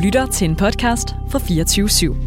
lytter til en podcast fra 24/7.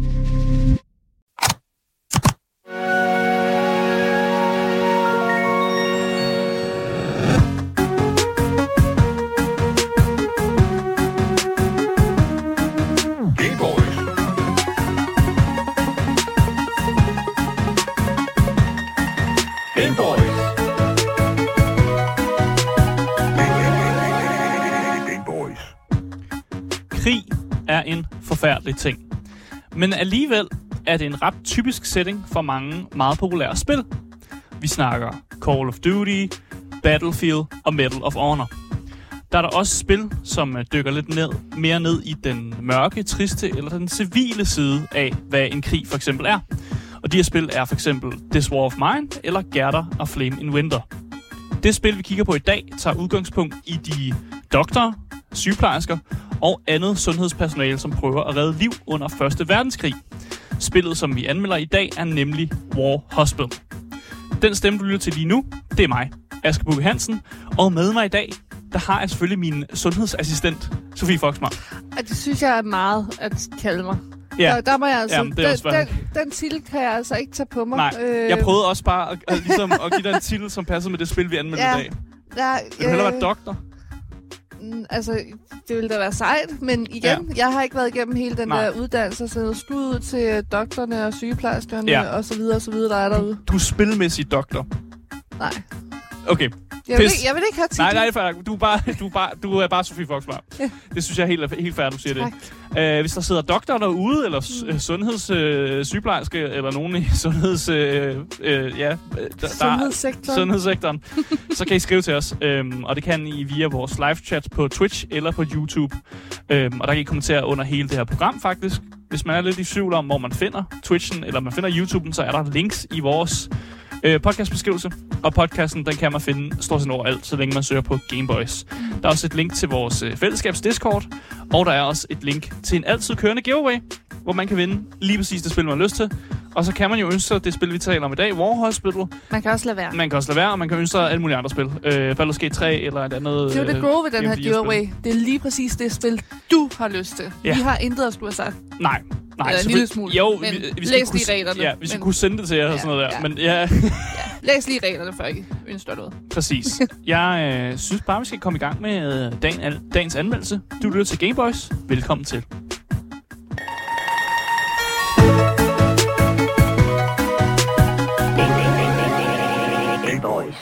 Krig er en forfærdelig ting. Men alligevel er det en ret typisk setting for mange meget populære spil. Vi snakker Call of Duty, Battlefield og Medal of Honor. Der er der også spil, som dykker lidt mere ned i den mørke, triste eller den civile side af, hvad en krig for eksempel er. Og de her spil er for eksempel This War of Mine eller Gerda og Flame in Winter. Det spil, vi kigger på i dag, tager udgangspunkt i de doktorer, sygeplejersker og andet sundhedspersonale, som prøver at redde liv under 1. verdenskrig. Spillet, som vi anmelder i dag, er nemlig War Hospital. Den stemme, du lytter til lige nu, det er mig, Asger Bukke Hansen. Og med mig i dag, der har jeg selvfølgelig min sundhedsassistent, Sofie Foxmar. Det synes jeg er meget at kalde mig. Ja. Der må jeg altså, jamen, den titel kan jeg altså ikke tage på mig. Nej, jeg prøvede også bare at give dig en titel, som passer med det spil, vi anmelder i dag. Vil du hellere være doktor? Altså, det ville da være sejt, men igen, jeg har ikke været igennem hele den der uddannelse, så skud ud til doktorerne og sygeplejerskerne og så videre, der er derude. Du er spilmæssig doktor? Nej. Okay. Jeg vil ikke have titlen. Nej, du er bare Sofie Foxmar. Det synes jeg er helt fair, du siger det. Hvis der sidder doktorer derude, eller sundhedssygeplejerske, eller nogen i sundhedssektoren, så kan I skrive til os. Og det kan I via vores live-chat på Twitch eller på YouTube. Og der kan I kommentere under hele det her program, faktisk. Hvis man er lidt i tvivl om, hvor man finder Twitchen, eller man finder YouTuben, så er der links i vores podcastbeskrivelse, og podcasten, den kan man finde stort set overalt, så længe man søger på Gameboys. Der er også et link til vores fællesskabs Discord, og der er også et link til en altid kørende giveaway, hvor man kan vinde lige præcis det spil, man har lyst til. Og så kan man jo ønske sig det spil, vi taler om i dag, War Hospital. Man kan også lade være. Og man kan ønske sig alle mulige andre spil. Baldur's Gate 3 eller et andet. Det er jo det gode ved den her giveaway. Det er lige præcis det spil, du har lyst til. Ja. Vi har intet at skulle have sagt. Nej, eller en lille smule. Jo, men vi læs lige reglerne. Ja, vi skal kunne sende det til jer og sådan noget der. Men læs lige reglerne, før I ønsker noget. Præcis. Jeg synes bare, vi skal komme i gang med dagens anmeldelse. Du lytter til Gameboys. Velkommen til. Gameboys.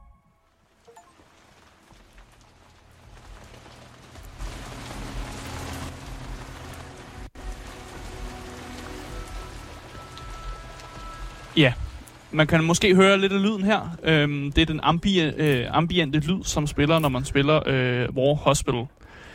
Ja, man kan måske høre lidt af lyden her. Det er den ambiente lyd, som spiller, når man spiller War Hospital.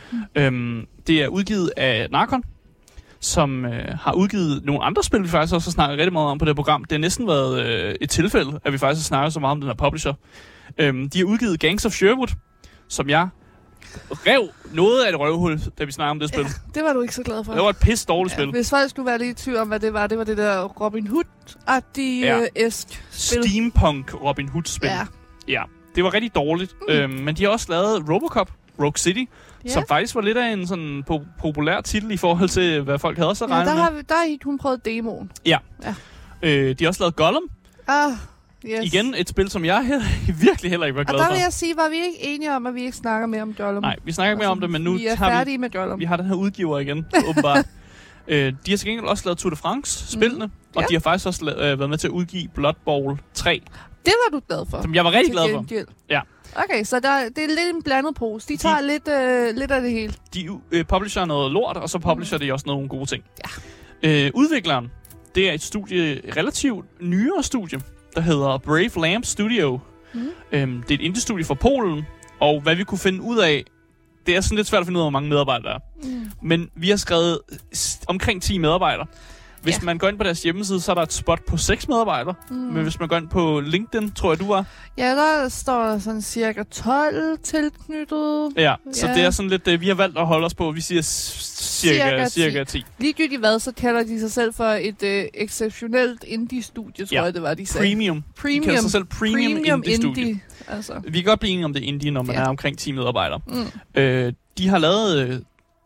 Det er udgivet af Narcon, som har udgivet nogle andre spil, vi faktisk også har snakket rigtig meget om på det program. Det har næsten været et tilfælde, at vi faktisk har snakket så meget om den her publisher. De har udgivet Gangs of Sherwood, som jeg rev noget af et røvhul, da vi snakkede om det spil. Ja, det var du ikke så glad for. Det var et pisse dårligt spil. Hvis folk skulle være lidt i tvivl om, hvad det var det der Robin Hood-agtige esk spil. Steampunk Robin Hood-spil. Ja, det var rigtig dårligt. Men de har også lavet Robocop, Rogue City, som faktisk var lidt af en sådan populær titel i forhold til, hvad folk havde så regnet med. Der har hun prøvet demoen. Ja. De har også lavet Gollum. Yes. Igen et spil, som jeg virkelig heller ikke var glad for. Og der vil jeg sige, var vi ikke enige om, at vi ikke snakker mere om Gollum? Nej, vi snakker ikke mere om det, men nu vi er færdige med Gollum. Vi har den her udgiver igen, åbenbart. De har til gengæld også lavet Tour de France-spillene, og de har faktisk også været med til at udgive Blood Bowl 3. Det var du glad for? Som jeg var rigtig glad for. Ja. Okay, så det er lidt en blandet pose. De tager lidt af det hele. De publisher noget lort, og så publisher de også nogle gode ting. Ja. Udvikleren, det er et relativt nyere studie, der hedder Brave Lamp Studio. Det er et indie-studie fra Polen, og hvad vi kunne finde ud af, det er sådan lidt svært at finde ud af, hvor mange medarbejdere der er. Men vi har skrevet omkring 10 medarbejdere. Hvis man går ind på deres hjemmeside, så er der et spot på 6 medarbejdere. Men hvis man går ind på LinkedIn, tror jeg, du var. Ja, der står sådan cirka 12 tilknyttet. Ja, så det er sådan lidt, vi har valgt at holde os på, vi siger cirka 10. Ligegyldigt hvad, så kalder de sig selv for et exceptionelt indie-studie, tror jeg, det var, de sagde. Premium. De kalder sig selv Premium Indie-studie. Altså. Vi kan godt blive enige om det indie, når man er omkring 10 medarbejdere. De har lavet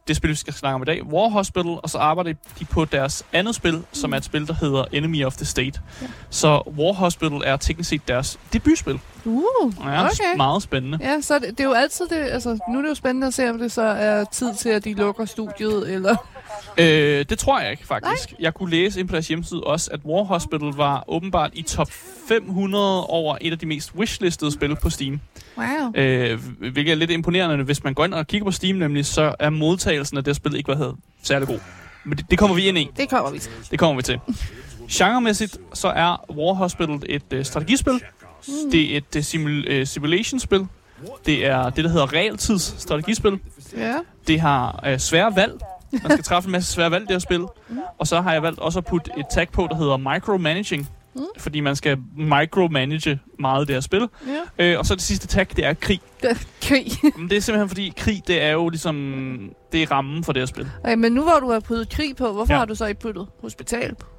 det spil, vi skal snakke om i dag, War Hospital, og så arbejder de på deres andet spil, som er et spil, der hedder Enemy of the State. Ja. Så War Hospital er teknisk set deres debutspil. Okay. Meget spændende. Ja, så det er jo altid det, altså nu er det jo spændende at se, om det så er tid til, at de lukker studiet, eller... Det tror jeg ikke, faktisk. Nej. Jeg kunne læse ind på deres hjemmeside også, at War Hospital var åbenbart i top 500 over et af de mest wishlistede spil på Steam. Wow. Hvilket er lidt imponerende. Hvis man går ind og kigger på Steam nemlig, så er modtagelsen af det spil ikke været særlig god. Men det kommer vi ind i. Det kommer vi til. Genremæssigt så er War Hospital et strategispil. Det er et simulation-spil. Det er det, der hedder realtids strategispil. Ja. Det har svære valg. Man skal træffe en masse svære valg, det her spil. Og så har jeg valgt også at putte et tag på, der hedder micromanaging. Fordi man skal micromanage meget af det her spil. Ja. Og så det sidste tag, det er krig. Krig? Det er simpelthen fordi, krig, det er jo ligesom, det er rammen for det her spil. Okay, men nu hvor du har puttet krig på, hvorfor har du så ikke puttet hospital på?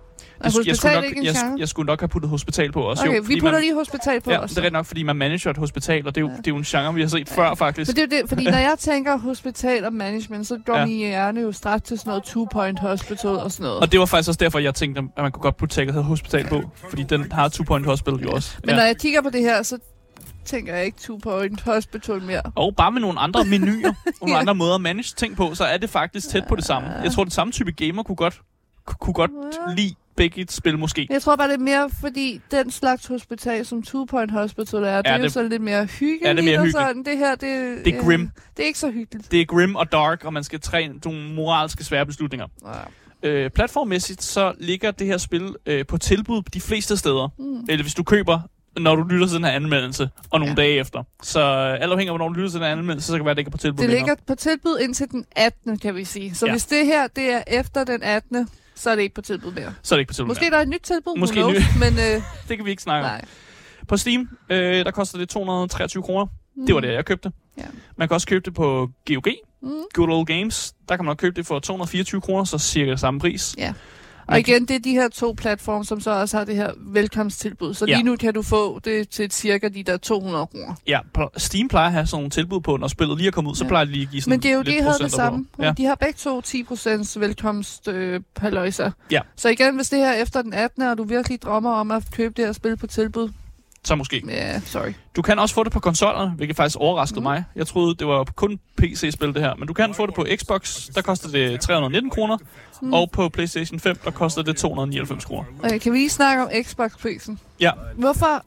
Jeg skulle nok have puttet hospital på også. Okay, jo, vi putter lige hospital på også. Det er ret nok, fordi man manager et hospital, og det er jo en genre, vi har set før, faktisk. For det er det, fordi når jeg tænker hospital og management, så går min hjerne jo straks til sådan noget 2-point hospital og sådan noget. Og det var faktisk også derfor, jeg tænkte, at man kunne godt putte tagget hospital på, fordi den har 2-point hospital jo også. Men når jeg kigger på det her, så tænker jeg ikke 2-point hospital mere. Og bare med nogle andre menuer, nogle andre måder at manage ting på, så er det faktisk tæt på det samme. Jeg tror, den samme type gamer kunne godt lide begge spil måske. Jeg tror bare, det er mere, fordi den slags hospital, som 2-point hospital er, det er jo sådan lidt mere hyggeligt. Ja, det er mere hyggeligt. Sådan. Det her, det er grim. Det er ikke så hyggeligt. Det er grim og dark, og man skal træne nogle moralske svære beslutninger. Ja. Platformmæssigt, så ligger det her spil på tilbud de fleste steder. Eller hvis du køber, når du lytter til den her anmeldelse, og nogle dage efter. Så alt afhængig af, hvornår du lytter til den her anmeldelse, så kan det være, at det ikke er på tilbud. Det ligger på tilbud indtil den 18. kan vi sige. Så hvis det her, det er efter den 18., så er det ikke på tilbud mere. Måske der er et nyt tilbud. Men det kan vi ikke snakke om. På Steam, der koster det 223 kroner. Det var det, jeg købte. Ja. Man kan også købe det på GOG, Good Old Games. Der kan man købe det for 224 kroner, så cirka samme pris. Ja. Og igen, det er de her 2 platforme, som så også har det her velkomsttilbud. Så lige nu kan du få det til cirka de der 200 kroner. Ja, Steam plejer at have sådan nogle tilbud på, når spillet lige er kommet ud, så plejer de lige at give sådan lidt procenter. Men GOG havde det samme. Ja. De har begge to 10% velkomst haløjser. Ja. Så igen, hvis det her efter den 18. og du virkelig drømmer om at købe det her spil på tilbud, så måske. Ja, sorry. Du kan også få det på konsollerne, hvilket faktisk overraskede mig. Jeg troede, det var kun PC-spil, det her. Men du kan få det på Xbox, der koster det 319 kroner. Og på PlayStation 5, der koster det 299 kroner. Okay, kan vi lige snakke om Xbox-prisen? Ja. Hvorfor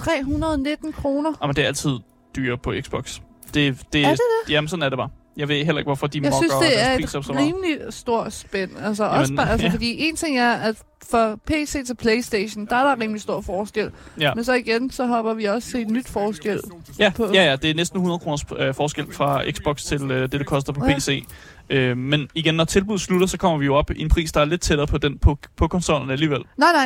319 kroner? Jamen, det er altid dyre på Xbox. Er det? Jamen, sådan er det bare. Jeg ved heller ikke, hvorfor de mokker deres priser op så meget. Jeg synes, det er et rimelig stor spænd. Altså, også bare, altså, fordi en ting er, at for PC til PlayStation, der er der rimelig stor forskel. Ja. Men så igen, så hopper vi også til et nyt forskel. Ja, det er næsten 100 kroners forskel fra Xbox til det koster på PC. Men igen, når tilbuddet slutter, så kommer vi jo op i en pris, der er lidt tættere på den på konsollen alligevel. Nej,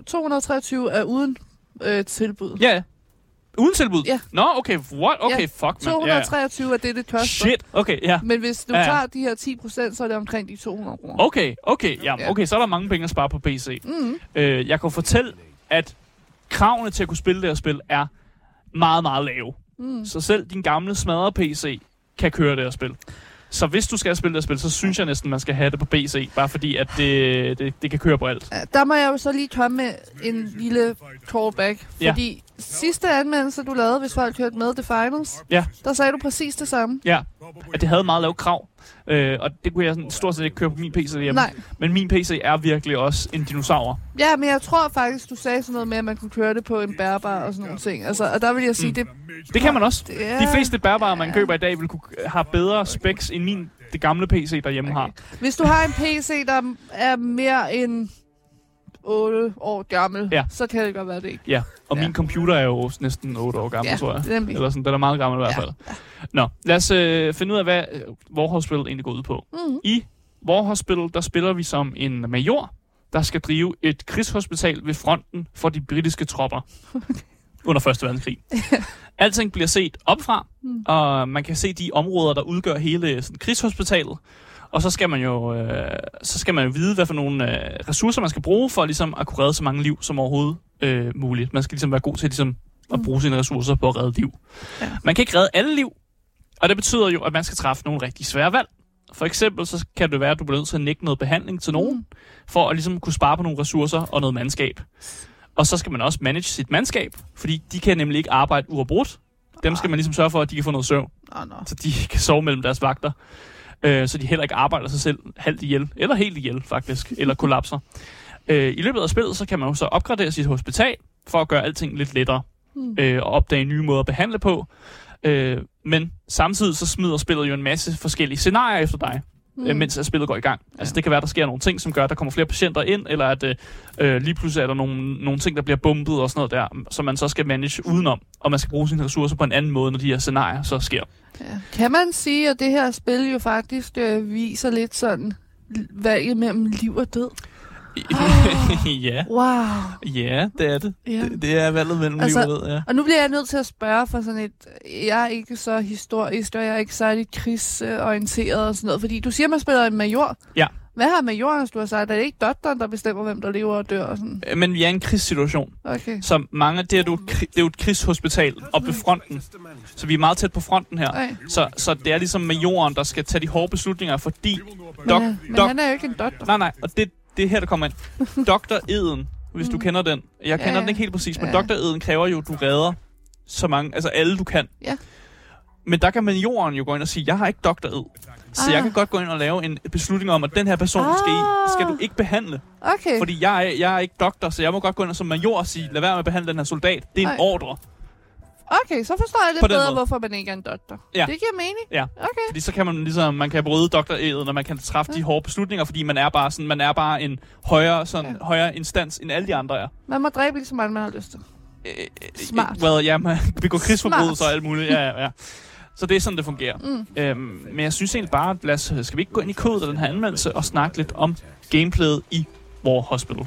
223 er uden tilbud. Ja. Uden tilbud? Ja. Nå, okay, what? Okay, fuck, man. 223 er det koster. Shit, okay, ja. Men hvis du tager de her 10%, så er det omkring de 200 kroner. Okay, så er der mange penge at spare på PC. Jeg kan fortælle, at kravene til at kunne spille det her spil er meget, meget lave. Så selv din gamle smadrede PC kan køre det her spil. Så hvis du skal spille det spil, så synes jeg næsten, man skal have det på PC, bare fordi, at det kan køre på alt. Der må jeg jo så lige komme med en lille callback, fordi sidste anmeldelse, du lavede, hvis folk hørte med The Finals, der sagde du præcis det samme. Ja, at det havde meget lavt krav, og det kunne jeg sådan stort set ikke køre på min PC derhjemme. Nej. Men min PC er virkelig også en dinosaur. Ja, men jeg tror faktisk, du sagde sådan noget med, at man kunne køre det på en bærbar og sådan nogle ting. Altså, og der vil jeg sige, det kan man også. De fleste bærbare, man køber i dag, vil kunne have bedre specs end det gamle PC derhjemme har. Hvis du har en PC, der er mere end 8 år gammel, så kan det godt være det ikke. Ja, og min computer er jo næsten 8 år gammel, tror jeg. Eller sådan, den er meget gammel i hvert fald. Ja. Nå, lad os finde ud af, hvad War Hospital egentlig går ud på. I War Hospital, der spiller vi som en major, der skal drive et krigshospital ved fronten for de britiske tropper under 1. verdenskrig. Alting bliver set opfra, og man kan se de områder, der udgør hele sådan, krigshospitalet. Og så skal man jo vide, hvad for nogle ressourcer man skal bruge for ligesom at kunne redde så mange liv som overhovedet muligt. Man skal ligesom være god til ligesom, at bruge sine ressourcer på at redde liv. Ja. Man kan ikke redde alle liv, og det betyder jo, at man skal træffe nogle rigtig svære valg. For eksempel så kan det være, at du bliver nødt til at nægte noget behandling til nogen, for at ligesom kunne spare på nogle ressourcer og noget mandskab. Og så skal man også manage sit mandskab, fordi de kan nemlig ikke arbejde uafbrudt. Dem skal man ligesom sørge for, at de kan få noget søvn. Så de kan sove mellem deres vagter. Så de heller ikke arbejder sig selv halvt ihjel, eller helt ihjel faktisk, eller kollapser. I løbet af spillet, så kan man jo så opgradere sit hospital, for at gøre alting lidt lettere, og opdage nye måder at behandle på. Men samtidig så smider spillet jo en masse forskellige scenarier efter dig, mens spillet går i gang. Altså det kan være, der sker nogle ting, som gør, at der kommer flere patienter ind, eller at lige pludselig er der nogle ting, der bliver bombet og sådan noget der, som man så skal manage udenom, og man skal bruge sine ressourcer på en anden måde, når de her scenarier så sker. Ja. Kan man sige, at det her spil jo faktisk viser lidt sådan valget mellem liv og død? Ja. Wow. Ja, det er det. Ja. Det er valget mellem liv og død, ja. Og nu bliver jeg nødt til at spørge for sådan et... Jeg er ikke så historisk, og jeg er ikke særlig krigsorienteret og sådan noget, fordi du siger, man spiller en major. Ja. Hvad har majoren, du har sagt? Er det ikke doktoren, der bestemmer, hvem der lever og dør og sådan? Men vi er i en krigssituation. Okay. Så mange, det er jo et krigshospital oppe ved fronten. Så vi er meget tæt på fronten her. Okay. Så det er ligesom majoren, der skal tage de hårde beslutninger, fordi... Men han er jo ikke en doktor. Nej, og det er her, der kommer ind. Doktoreden, hvis du kender den. Jeg kender den ikke helt præcis, men doktoreden kræver jo, at du redder så mange, altså alle du kan. Ja. Men der kan majoren jo gå ind og sige, jeg har ikke doktored. Så jeg kan godt gå ind og lave en beslutning om, at den her person skal du ikke behandle. Okay. Fordi jeg er ikke doktor, så jeg må godt gå ind som major og sige, lad være med at behandle den her soldat. Det er en ordre. Okay, så forstår jeg lidt bedre, hvorfor man ikke er en doktor. Ja. Det giver mening. Ja. Okay. Fordi så kan man ligesom, man kan bryde doktoræden, og man kan træffe de hårde beslutninger, fordi man er bare en højere instans, end alle de andre er. Man må dræbe lige så meget, man har lyst til. Smart. Man begår krigsforbrydelser og alt muligt. Ja. Så det er sådan, det fungerer. Men jeg synes egentlig bare, skal vi ikke gå ind i kodet af den her anmeldelse og snakke lidt om gameplayet i War Hospital?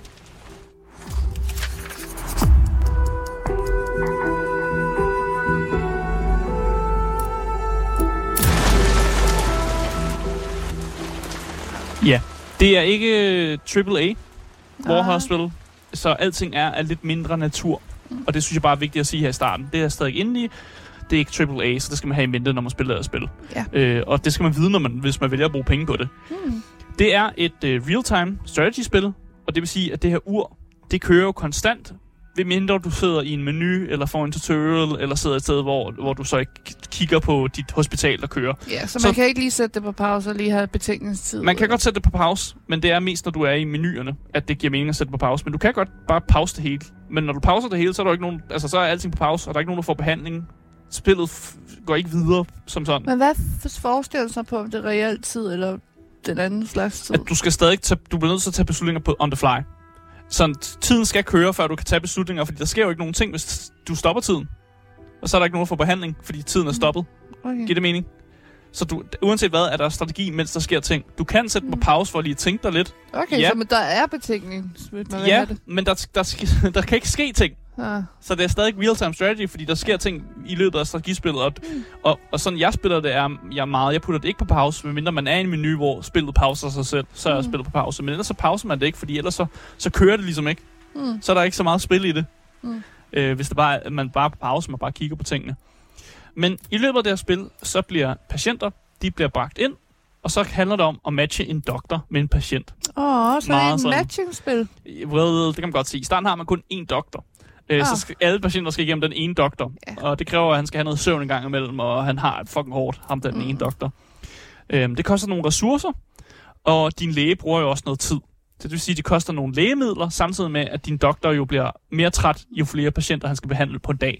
Ja, det er ikke AAA, War Hospital, så alting er lidt mindre natur. Og det synes jeg bare er vigtigt at sige her i starten. Det er stadig inde i. Det er ikke AAA, så det skal man have i mente, når man spiller spil. Ja. Og det skal man vide, hvis man vælger at bruge penge på det. Det er et real-time strategy-spil, og det vil sige, at det her ur, det kører jo konstant, ved mindre du sidder i en menu, eller får en tutorial, eller sidder et sted, hvor du så ikke kigger på dit hospital, der kører. Ja, så man kan ikke lige sætte det på pause og lige have betænkningstid? Man kan godt sætte det på pause, men det er mest, når du er i menuerne, at det giver mening at sætte på pause. Men du kan godt bare pause det hele. Men når du pauser det hele, så er der ikke nogen, altså så er alting på pause, og der er ikke nogen, der får behandling. Spillet går ikke videre som sådan. Men hvad forestiller sig på, om det er reelt tid, eller den anden slags tid? At du skal stadig du bliver nødt til at tage beslutninger på on the fly. Så tiden skal køre, før du kan tage beslutninger, fordi der sker jo ikke nogen ting, hvis du stopper tiden. Og så er der ikke nogen for behandling, fordi tiden er stoppet. Okay. Giver det mening? Så uanset hvad, er der strategi, mens der sker ting. Du kan sætte på pause for at lige tænke dig lidt. Okay, ja. Så men der er betænkning, hvis man vil have det. Men der kan ikke ske ting. Så det er stadig real-time strategy, fordi der sker ting i løbet af strategispillet. Og sådan jeg spiller det jeg putter det ikke på pause, medmindre man er i en menu, hvor spillet pauser sig selv, så er spillet på pause. Men ellers så pauser man det ikke, fordi ellers så kører det ligesom ikke. Så er der ikke så meget spil i det. Hvis man bare på pause, man bare kigger på tingene. Men i løbet af det her spil, så bliver patienter, de bliver bragt ind, og så handler det om at matche en doktor med en patient. Så det er et matching-spil? Well, det kan man godt sige. I starten har man kun én doktor. Så skal alle patienter skal igennem den ene doktor. Og det kræver, at han skal have noget søvn en gang imellem, og han har et fucking hårdt, ham den ene doktor. Det koster nogle ressourcer, og din læge bruger jo også noget tid. Det vil sige, at det koster nogle lægemidler, samtidig med, at din doktor jo bliver mere træt, jo flere patienter han skal behandle på en dag.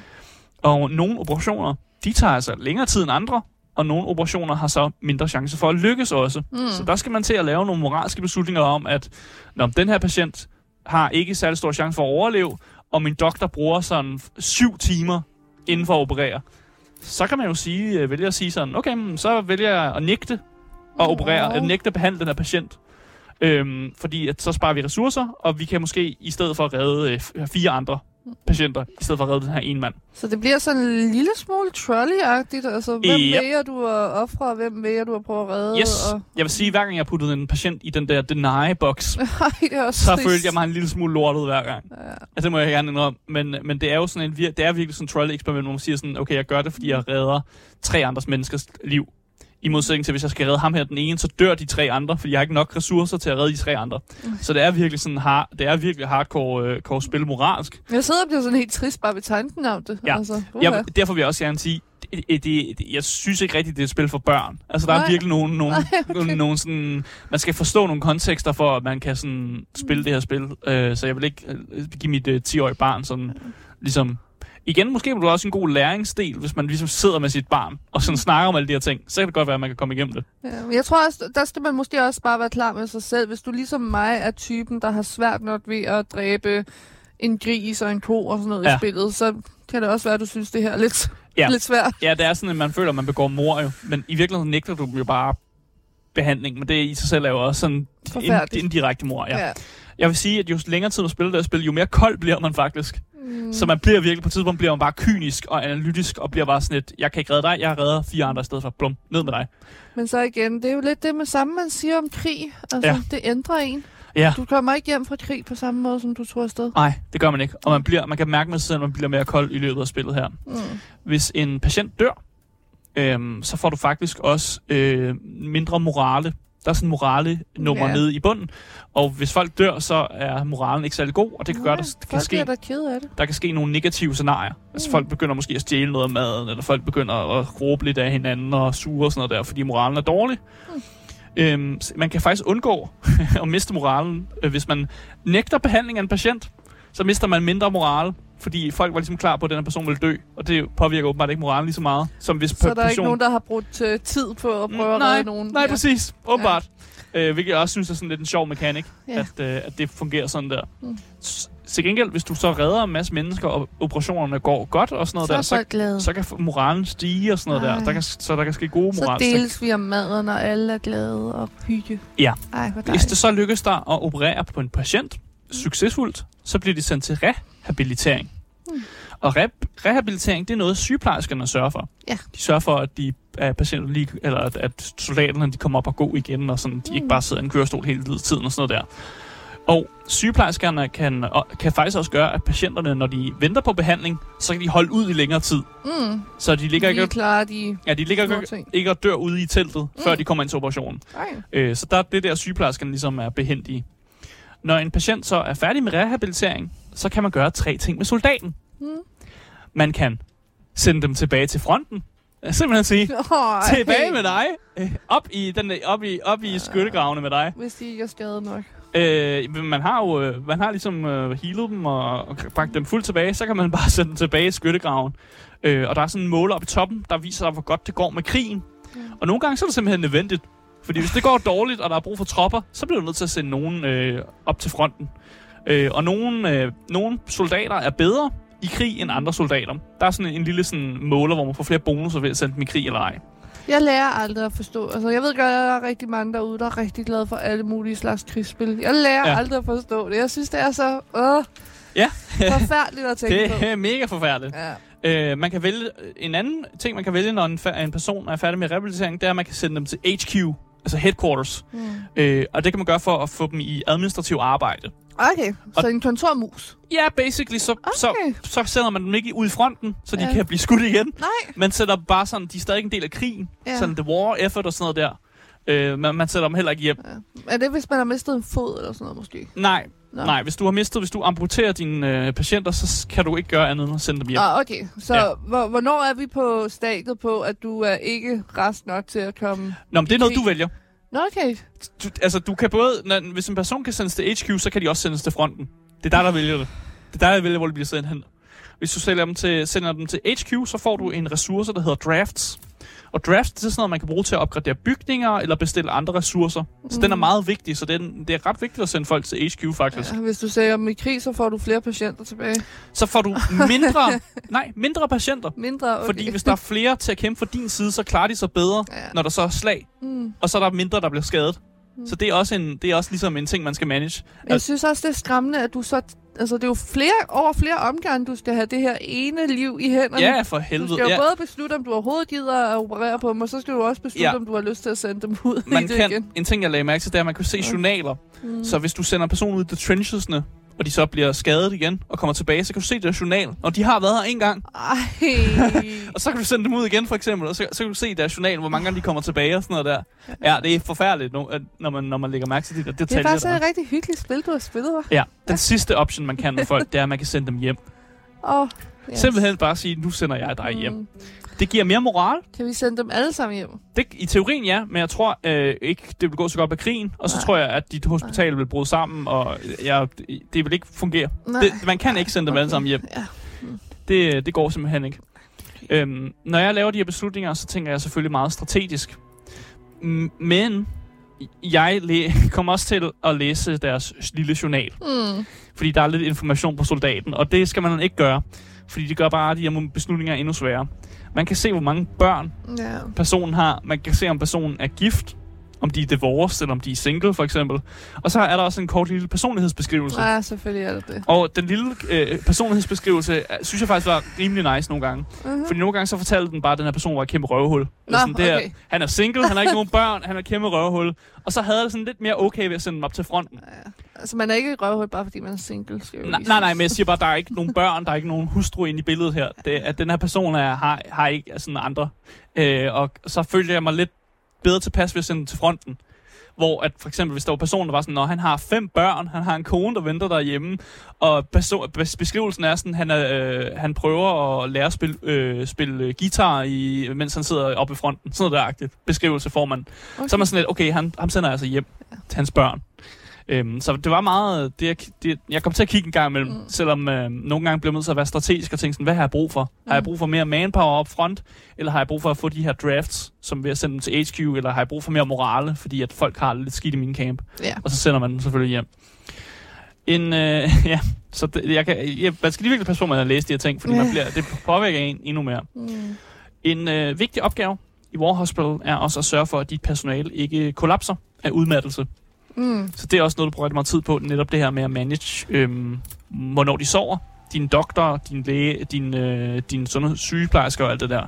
Og nogle operationer, de tager altså længere tid end andre, og nogle operationer har så mindre chance for at lykkes også. Så der skal man til at lave nogle moralske beslutninger om, at når den her patient har ikke særlig stor chance for at overleve, og min doktor bruger sådan 7 timer inden for at operere, så kan man jo vælge at sige sådan, okay, så vælger jeg at nægte at operere, at nægte at behandle den her patient. Fordi at så sparer vi ressourcer, og vi kan måske i stedet for at redde 4 andre patienter, i stedet for at redde den her ene mand. Så det bliver sådan en lille smule trolley-agtigt, altså hvem vælger du at ofre, og hvem vælger du at prøve at redde? Yes, jeg vil sige, hver gang jeg puttede en patient i den der deny-box, så følte jeg mig en lille smule lortet hver gang. Ja. Altså, det må jeg gerne indrømme, men det er jo sådan det er virkelig sådan en trolley-eksperiment, hvor man siger sådan, okay, jeg gør det, fordi jeg redder 3 andres menneskers liv, I modsætning til, hvis jeg skal redde ham her den ene, så dør de 3 andre, fordi jeg har ikke nok ressourcer til at redde de 3 andre. Så det er virkelig sådan virkelig hardcore spil moralsk. Jeg sidder og bliver sådan helt trist bare ved tanken om det. Ja. Altså, Derfor vil jeg også gerne sige, jeg synes ikke rigtigt, det er et spil for børn. Altså, der er virkelig nogle sådan... Man skal forstå nogle kontekster for, at man kan sådan spille det her spil. Så jeg vil ikke give mit 10-årige barn sådan ligesom... Igen, måske er det også en god læringsdel, hvis man ligesom sidder med sit barn og sådan snakker om alle de her ting. Så kan det godt være, at man kan komme igennem det. Ja, jeg tror også, der skal man måske også bare være klar med sig selv. Hvis du ligesom mig er typen, der har svært nok ved at dræbe en gris og en ko og sådan noget i spillet, så kan det også være, at du synes, det her er lidt svært. Ja, det er sådan, at man føler, at man begår mord jo. Men i virkeligheden nægter du jo bare behandling. Men det i sig selv er jo også sådan en direkte mord. Ja. Jeg vil sige, at jo længere tid man spiller det her spil, jo mere kold bliver man faktisk. Så man bliver virkelig, på et tidspunkt bliver man bare kynisk og analytisk, og bliver bare sådan et, jeg kan ikke redde dig, jeg redder 4 andre i stedet for, blum, ned med dig. Men så igen, det er jo lidt det med samme, man siger om krig. Altså, det ændrer en. Ja. Du kommer ikke hjem fra krig på samme måde, som du tror afsted. Nej, det gør man ikke. Og man kan mærke med sig selv, at man bliver mere kold i løbet af spillet her. Hvis en patient dør, så får du faktisk også mindre morale. Der er sådan en morale-nummer nede i bunden. Og hvis folk dør, så er moralen ikke særlig god, og det kan gøre, der kan ske nogle negative scenarier. Altså folk begynder måske at stjæle noget af maden, eller folk begynder at råbe lidt af hinanden og sure og sådan noget der, fordi moralen er dårlig. Man kan faktisk undgå at miste moralen, hvis man nægter behandling af en patient, så mister man mindre morale. Fordi folk var ligesom klar på, at den her person ville dø, og det påvirker åbenbart ikke moralen lige så meget, som hvis så der er ikke nogen, der har brugt tid på at prøve at redde nogen? Nej, præcis. Åbenbart. Hvilket jeg også synes er sådan lidt en sjov mekanik, at det fungerer sådan der. Til gengæld, hvis du så redder en masse mennesker, og operationerne går godt og sådan noget så kan moralen stige og sådan noget der. Så der kan ske gode moralsting. Så deles vi om maden, og alle er glade og hygge. Ja. Hvis det så lykkes der at operere på en patient succesfuldt, så bliver de sendt til rehabilitering. Og rehabilitering, det er noget, sygeplejerskerne sørger for. Ja. De sørger for, at patienter eller at soldaterne de kommer op og gå igen, og sådan, de ikke bare sidder i en kørestol hele tiden og sådan noget der. Og sygeplejerskerne kan faktisk også gøre, at patienterne, når de venter på behandling, så kan de holde ud i længere tid. Så de ligger ikke og dør ude i teltet, før de kommer ind til operationen. Så der er det der, sygeplejerskerne ligesom er behendige. Når en patient så er færdig med rehabilitering, så kan man gøre 3 ting med soldaten. Man kan sende dem tilbage til fronten. Simpelthen sige, tilbage med dig. Op i skyttegravene med dig. Hvis de ikke er skadet nok. Man har ligesom healet dem og bragt dem fuldt tilbage, så kan man bare sende dem tilbage i skyttegraven. Og der er sådan en måler oppe i toppen, der viser dig, hvor godt det går med krigen. Og nogle gange så er det simpelthen nødvendigt. Fordi hvis det går dårligt, og der er brug for tropper, så bliver du nødt til at sende nogen op til fronten. Og nogle soldater er bedre i krig end andre soldater. Der er sådan en lille sådan måler, hvor man får flere bonusser ved at sende dem i krig eller ej. Jeg lærer aldrig at forstå. Altså, jeg ved godt, at der er rigtig mange derude, der er rigtig glade for alle mulige slags krigsspil. Jeg lærer aldrig at forstå det. Jeg synes, det er så forfærdeligt at tænke på. Det er mega forfærdeligt. Ja. Man kan vælge en anden ting, man kan vælge, når en person er færdig med rehabilitering, det er, at man kan sende dem til HQ, altså headquarters. Og det kan man gøre for at få dem i administrativ arbejde. Okay, så en kontormus? Ja, basically, så sender man dem ikke ud i fronten, så de kan blive skudt igen. Nej. Man sætter bare sådan, de er stadig en del af krigen. Ja. Sådan the war effort og sådan noget der. Men man sætter dem heller ikke hjem. Ja. Er det, hvis man har mistet en fod eller sådan noget måske? Nej, hvis du amputerer dine patienter, så kan du ikke gøre andet end at sende dem hjem. Okay. Så hvornår er vi på stadiet på, at du er ikke rask nok til at komme? Nå, men det er noget, du vælger. Okay. Du kan både, hvis en person kan sendes til HQ, så kan de også sendes til fronten. Det er der vælger det. Det er der vælger, hvor de bliver sendt hen. Hvis du sender dem til HQ, så får du en ressource, der hedder drafts. Og drafts, det er sådan noget, man kan bruge til at opgradere bygninger eller bestille andre ressourcer. Så den er meget vigtig, så det er ret vigtigt at sende folk til HQ, faktisk. Ja, hvis du siger om i krig, så får du flere patienter tilbage. Så får du mindre patienter. Mindre, okay. Fordi hvis der er flere til at kæmpe for din side, så klarer de sig bedre, når der så er slag. Og så er der mindre, der bliver skadet. Så det er også ligesom en ting, man skal manage. Jeg synes også, det er skræmmende, at du så... Altså, det er jo over flere omgange, du skal have det her ene liv i hænderne. Ja, for helvede. Du skal jo både beslutte, om du overhovedet gider at operere på dem, og så skal du også beslutte, om du har lyst til at sende dem ud igen. En ting, jeg lagde mærke til, det er, at man kan se journaler. Så hvis du sender en person ud i the trenches'ne og de så bliver skadet igen og kommer tilbage, så kan du se deres journal, og de har været her en gang. Og så kan du sende dem ud igen, for eksempel, og så kan du se deres journal, hvor mange gange de kommer tilbage og sådan noget der. Ja, det er forfærdeligt, når man lægger mærke til de der detaljer. Det er faktisk et rigtig hyggeligt spil, du har spillet, hva'? Ja, den sidste option, man kan med folk, det er, at man kan sende dem hjem. Yes. Simpelthen bare sige, nu sender jeg dig hjem. Det giver mere moral. Kan vi sende dem alle sammen hjem? I teorien ja, men jeg tror ikke, det vil gå så godt med krigen. Og så tror jeg, at dit hospital vil bryde sammen, og det vil ikke fungere. Man kan ikke sende dem alle sammen hjem. Ja. Det går simpelthen ikke. Når jeg laver de her beslutninger, så tænker jeg selvfølgelig meget strategisk. Men jeg kommer også til at læse deres lille journal. Fordi der er lidt information på soldaten, og det skal man ikke gøre. Fordi det gør bare de her beslutninger endnu sværere. Man kan se, hvor mange børn personen har. Man kan se, om personen er gift, om de er divorced, eller om de er single, for eksempel. Og så er der også en kort lille personlighedsbeskrivelse. Ja, selvfølgelig er det. Og den lille personlighedsbeskrivelse, synes jeg faktisk var rimelig nice nogle gange. Fordi nogle gange så fortalte den bare, at den her person var et kæmpe røvhul. Okay. Han er single, han har ikke nogen børn, han er et kæmpe røvhul. Og så havde det sådan lidt mere okay ved at sende dem op til fronten. Ja. Altså, man er ikke et røvhul, bare fordi man er single. Nej, men jeg siger bare, der er ikke nogen børn, der er ikke nogen hustru inde i billedet her. At den her person har ikke sådan andre. Og så følte jeg mig lidt bedre tilpas ved at sende dem til fronten. Hvor at for eksempel, hvis der var personen, der var sådan, når han har 5 børn, han har en kone, der venter derhjemme, og beskrivelsen er sådan, han prøver at lære at spille guitar, mens han sidder oppe i fronten. Sådan noget deragtigt. Beskrivelse får man. Okay. Så er man sådan lidt, okay, ham sender altså hjem til hans børn. Så det var meget... Jeg kom til at kigge en gang imellem, selvom nogle gange blev nødt til at være strategisk og tænke sådan, hvad har jeg brug for? Har jeg brug for mere manpower op front? Eller har jeg brug for at få de her drafts, som ved at sende dem til HQ? Eller har jeg brug for mere morale, fordi at folk har lidt skidt i min camp? Yeah. Og så sender man dem selvfølgelig hjem. Så man skal lige virkelig passe på, at man læser de her ting, fordi det påvirker en endnu mere. En vigtig opgave i War Hospital er også at sørge for, at dit personale ikke kollapser af udmattelse. Så det er også noget, du bruger rigtig meget tid på, netop det her med at manage, hvornår de sover, din doktor, din læge, din sygeplejersker og alt det der.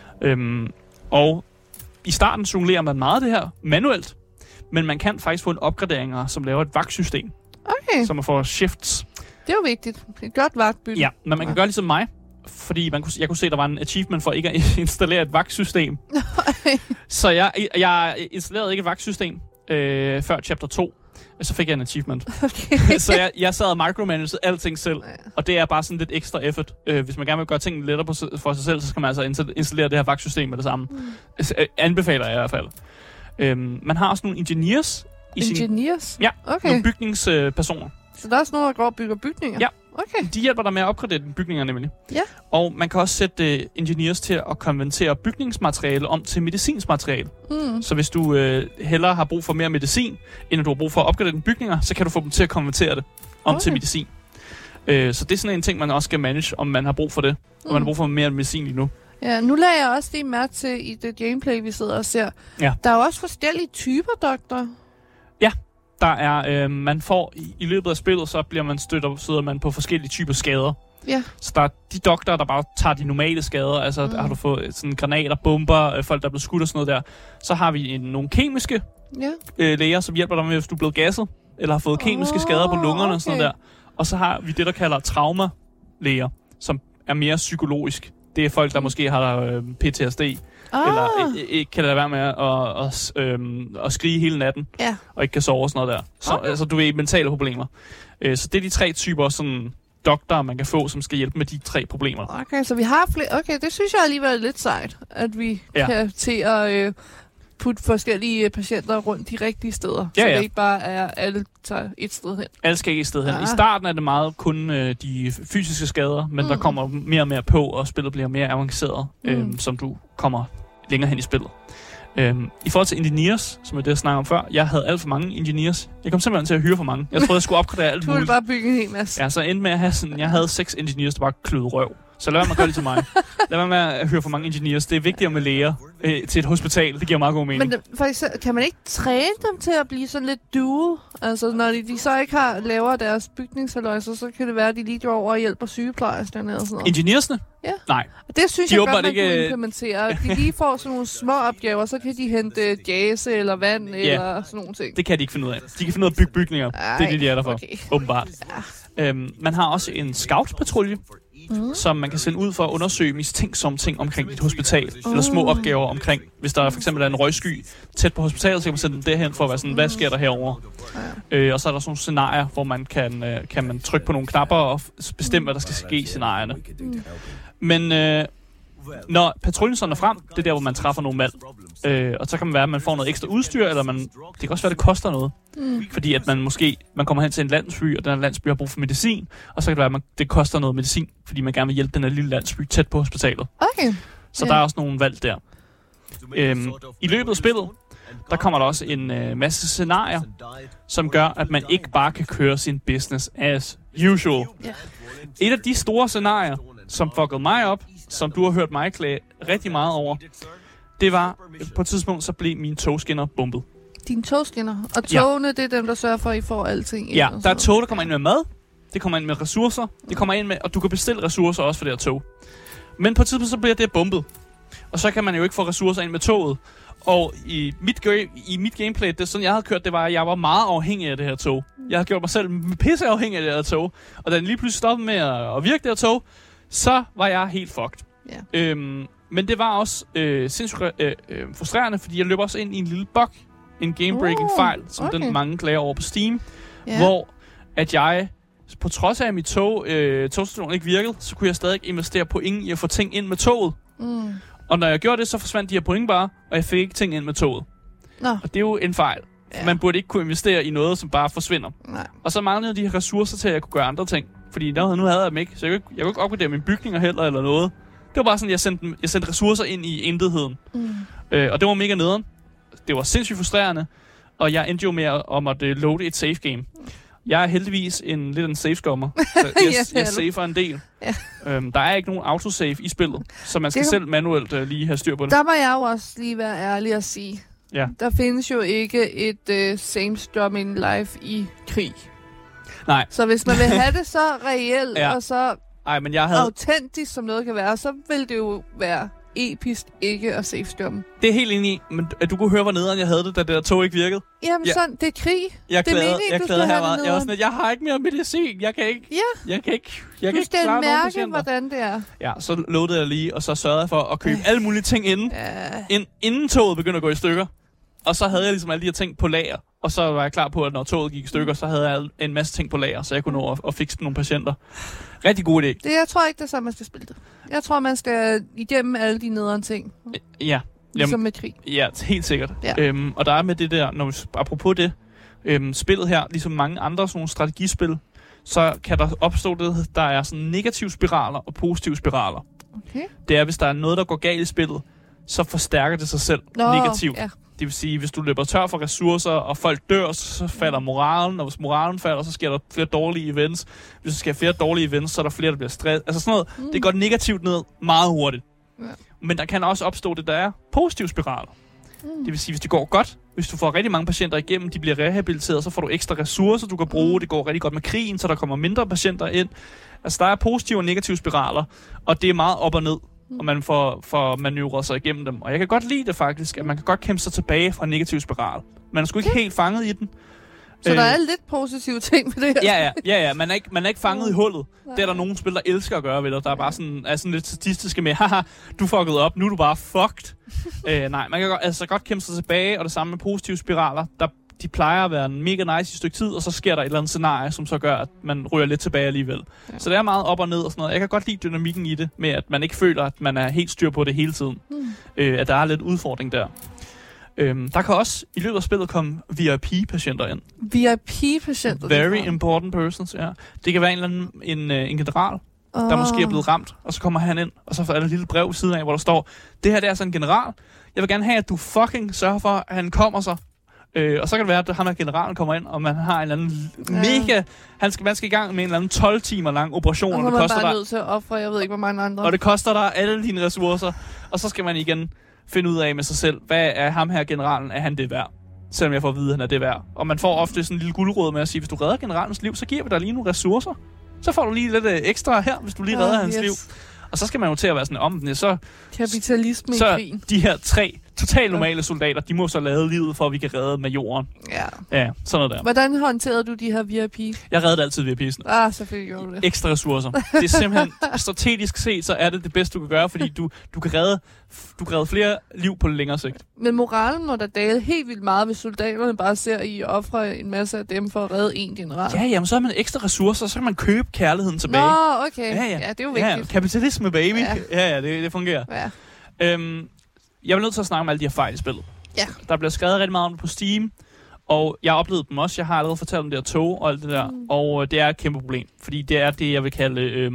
Og i starten jonglerer man meget det her manuelt, men man kan faktisk få en opgradering, som laver et vagtsystem, som man får shifts. Det er jo vigtigt. Et godt vagtbytte. Ja, men man kan gøre ligesom mig, fordi jeg kunne se, at der var en achievement for ikke at installere et vagtsystem. Så jeg installerede ikke et vagtsystem før chapter 2, så fik jeg en achievement. Okay. Så jeg sad og micromanagede alting selv, og det er bare sådan lidt ekstra effort. Hvis man gerne vil gøre tingene lettere for sig selv, så skal man altså installere det her vagtsystem med det samme. Anbefaler jeg i hvert fald. Man har også nogle engineers. Ja, nogle bygningspersoner. Så der er også nogen, der går og bygger bygninger? Ja. Okay. De hjælper dig med at opgradere bygninger nemlig. Ja. Og man kan også sætte engineers til at konvertere bygningsmateriale om til medicinsk Så hvis du hellere har brug for mere medicin, end du har brug for at opgradere dine bygninger, så kan du få dem til at konvertere det om til medicin. Så det er sådan en ting, man også skal manage, om man har brug for det. Om man har brug for mere medicin lige nu. Ja, nu lader jeg også lige mærke til i det gameplay, vi sidder og ser. Ja. Der er jo også forskellige typer doktor. Ja. Der er, man får i løbet af spillet, så bliver man sidder man på forskellige typer skader. Ja. Så der er de doktorer, der bare tager de normale skader. Altså har du fået sådan granater, bomber, folk der er blevet skudt og sådan noget der. Så har vi nogle kemiske læger, som hjælper dig med, hvis du er blevet gasset, eller har fået kemiske skader på lungerne og sådan noget der. Og så har vi det, der kalder traumalæger, som er mere psykologisk. Det er folk, der måske har PTSD. Eller ikke kan lade være med at skrige hele natten, og ikke kan sove og sådan noget der. Så altså, du ved, mentale problemer. Så det er de 3 typer sådan doktorer, man kan få, som skal hjælpe med de 3 problemer. Okay, så vi har flere. Okay, det synes jeg alligevel er lidt sejt, at vi kan til at putte forskellige patienter rundt de rigtige steder. Så det ikke bare er, alle tager et sted hen. Alle skal ikke et sted hen. I starten er det meget kun de fysiske skader, men der kommer mere og mere på, og spillet bliver mere avanceret, som du kommer længere hen i spillet. I forhold til engineers, som er det, jeg snakkede om før, jeg havde alt for mange engineers. Jeg kom simpelthen til at hyre for mange. Jeg troede, jeg skulle opgradere alt muligt. Du ville bare bygge en hel masse. Ja, så endte med at have sådan, jeg havde 6 engineers, der bare kløede røv. Så lad være med at gøre det til mig. Lad være med at høre for mange engineers. Det er vigtigere med læger til et hospital. Det giver meget god mening. Men faktisk, kan man ikke træne dem til at blive sådan lidt dual? Altså, når de så ikke laver deres bygningshaløjser, så kan det være, at de lige går over og hjælper sygeplejerskerne og sådan noget. Engineersne? Ja. Nej. Og det synes jeg godt, man kunne implementere. De lige får sådan nogle små opgaver, så kan de hente jazze eller vand eller sådan nogle ting. Det kan de ikke finde ud af. De kan finde ud af at bygge bygninger. Det er det, de er der for. Okay. Åbenbart. Man har også en scout-patrulje, som man kan sende ud for at undersøge mistænksomme ting omkring et hospital, eller små opgaver omkring. Hvis der for eksempel er en røgsky tæt på hospitalet, så kan man sende dem derhen for at være sådan, hvad sker der herovre? Og så er der sådan nogle scenarier, hvor man kan man trykke på nogle knapper og bestemme, hvad der skal ske i scenarierne. Men når patruljen så når frem, det er der, hvor man træffer nogle valg. Og så kan man være, at man får noget ekstra udstyr, eller det kan også være, at det koster noget. Fordi at man kommer hen til en landsby, og den landsby har brug for medicin, og så kan det være, at det koster noget medicin, fordi man gerne vil hjælpe den her lille landsby tæt på hospitalet. Okay. Så der er også nogle valg der. I løbet af spillet, der kommer der også en masse scenarier, som gør, at man ikke bare kan køre sin business as usual. Et af de store scenarier, som fuckede mig op, som du har hørt mig klage rigtig meget over, det var, på et tidspunkt, så blev mine togskinner bumpet. Dine togskinner? Og togene, det er dem, der sørger for, at I får alting ind? Ja, der er tog, der kommer ind med mad, det kommer ind med ressourcer, det kommer ind med, og du kan bestille ressourcer også for det her tog. Men på et tidspunkt, så bliver det bumpet. Og så kan man jo ikke få ressourcer ind med toget. Og i mit gameplay, det sådan jeg havde kørt, det var, at jeg var meget afhængig af det her tog. Jeg havde gjort mig selv pisse afhængig af det her tog. Og da den lige pludselig stoppede med at virke det her tog, så var jeg helt fucked. Yeah. Men det var også sindssygt frustrerende, fordi jeg løb også ind i en lille bug, en game-breaking fejl, som den mange klager over på Steam, hvor at jeg, på trods af at mit togstation ikke virkede, så kunne jeg stadig investere point i at få ting ind med toget. Og når jeg gjorde det, så forsvandt de her point bare, og jeg fik ikke ting ind med toget. Og det er jo en fejl. Yeah. Man burde ikke kunne investere i noget, som bare forsvinder. Nej. Og så manglede de her ressourcer til, at jeg kunne gøre andre ting. Fordi nu havde jeg dem ikke, så jeg kunne ikke opgradere mine bygninger heller eller noget. Det var bare sådan, jeg sendte ressourcer ind i intetheden. Og det var mega nederen. Det var sindssygt frustrerende. Og jeg endte jo med om at loade et save game. Jeg er heldigvis lidt en save-skummer. Jeg safer en del. Ja. Der er ikke nogen autosave i spillet, så man skal selv manuelt lige have styr på det. Der må jeg jo også lige være ærlig at sige. Ja. Der findes jo ikke et save-strum in life i krig. Nej. Så hvis man vil have det så reelt og så autentisk, som noget kan være, så vil det jo være episk ikke at save-strum. Det er helt enig i, men du kunne høre, hvor nederen jeg havde det, da det der tog ikke virkede. Jamen sådan, det er krig. Jeg klagede her meget. Jeg var sådan, at jeg har ikke mere medicin. Jeg kan ikke du skal mærke, hvordan det er. Ja, så loadede jeg lige, og så sørgede jeg for at købe alle mulige ting inden toget begyndte at gå i stykker. Og så havde jeg ligesom alle de her ting på lager. Og så var jeg klar på, at når toget gik i stykker, så havde jeg en masse ting på lager, så jeg kunne nå at fikse nogle patienter. Rigtig god idé. Jeg tror ikke, det er så, man skal spille det. Jeg tror, man skal igennem alle de nederen ting. Ja. Ligesom med krig. Ja, helt sikkert. Ja. Og der er med det der, apropos det, spillet her, ligesom mange andre sådan nogle strategispil, så kan der opstå det, der er sådan negative spiraler og positive spiraler. Okay. Det er, hvis der er noget, der går galt i spillet, så forstærker det sig selv negativt. Ja. Det vil sige, hvis du løber tør for ressourcer, og folk dør, så falder moralen, og hvis moralen falder, så sker der flere dårlige events. Hvis der sker flere dårlige events, så er der flere, der bliver stresset. Altså sådan noget, det går negativt ned meget hurtigt. Ja. Men der kan også opstå det, der er positive spiraler. Det vil sige, hvis det går godt, hvis du får rigtig mange patienter igennem, de bliver rehabiliteret, så får du ekstra ressourcer, du kan bruge. Det går rigtig godt med krigen, så der kommer mindre patienter ind. Altså der er positive og negative spiraler, og det er meget op og ned. Og man får manøvret sig igennem dem. Og jeg kan godt lide det faktisk, at man kan godt kæmpe sig tilbage fra en negativ spiral. Man er sgu ikke helt fanget i den. Så der er lidt positive ting med det her. Ja. Man er ikke fanget i hullet. Det er der nogle spil, der elsker at gøre ved dig. Der er bare sådan lidt statistiske med, haha, du fuckede op, nu er du bare fucked. Nej, man kan godt kæmpe sig tilbage, og det samme med positive spiraler. De plejer at være mega nice i et stykke tid, og så sker der et eller andet scenarie, som så gør, at man ryger lidt tilbage alligevel. Ja. Så det er meget op og ned og sådan noget. Jeg kan godt lide dynamikken i det, med at man ikke føler, at man er helt styr på det hele tiden. At der er lidt udfordring der. Der kan også i løbet af spillet komme VIP-patienter ind. VIP-patienter? Very important persons, ja. Det kan være en eller anden en general, der måske er blevet ramt, og så kommer han ind, og så er der et lille brev ved siden af, hvor der står, det her det er sådan en general. Jeg vil gerne have, at du fucking sørger for, at han kommer sig. Og så kan det være, at ham her generalen kommer ind, og man har en eller anden mega... Man skal i gang med en eller anden 12 timer lang operation. Og så er man bare nødt til at ofre, jeg ved ikke, hvor mange andre. Og det koster dig alle dine ressourcer. Og så skal man igen finde ud af med sig selv, hvad er ham her generalen, er han det værd? Selvom jeg får at vide, at han er det værd. Og man får ofte sådan en lille guldråd med at sige, hvis du redder generalens liv, så giver vi dig lige nogle ressourcer. Så får du lige lidt ekstra her, hvis du lige redder hans liv. Og så skal man jo til at være sådan om den, så... Kapitalisme så i krigen. De her 3 totalt normale soldater, de må så lade livet for, at vi kan redde majoren. Ja, sådan noget der. Hvordan håndterede du de her VIP's? Jeg reddede altid VIP'en. Selvfølgelig gjorde du det. Ekstra ressourcer. Det er simpelthen, strategisk set, så er det bedste, du kan gøre, fordi du kan redde flere liv på længere sigt. Men moralen må da dale helt vildt meget, hvis soldaterne bare ser i ofre en masse af dem for at redde en general. Ja, jamen så har man ekstra ressourcer, så kan man købe kærligheden tilbage. Nå, okay. Ja, det er jo vigtigt. Ja, kapitalisme, baby. Ja, det fungerer. Ja. Jeg vil nødt til at snakke om alle de her fejl i spillet. Ja. Der bliver skrevet rigtig meget om det på Steam, og jeg oplevede dem også. Jeg har allerede fortalt om det her tog og alt det der, og det er et kæmpe problem, fordi det er det, jeg vil kalde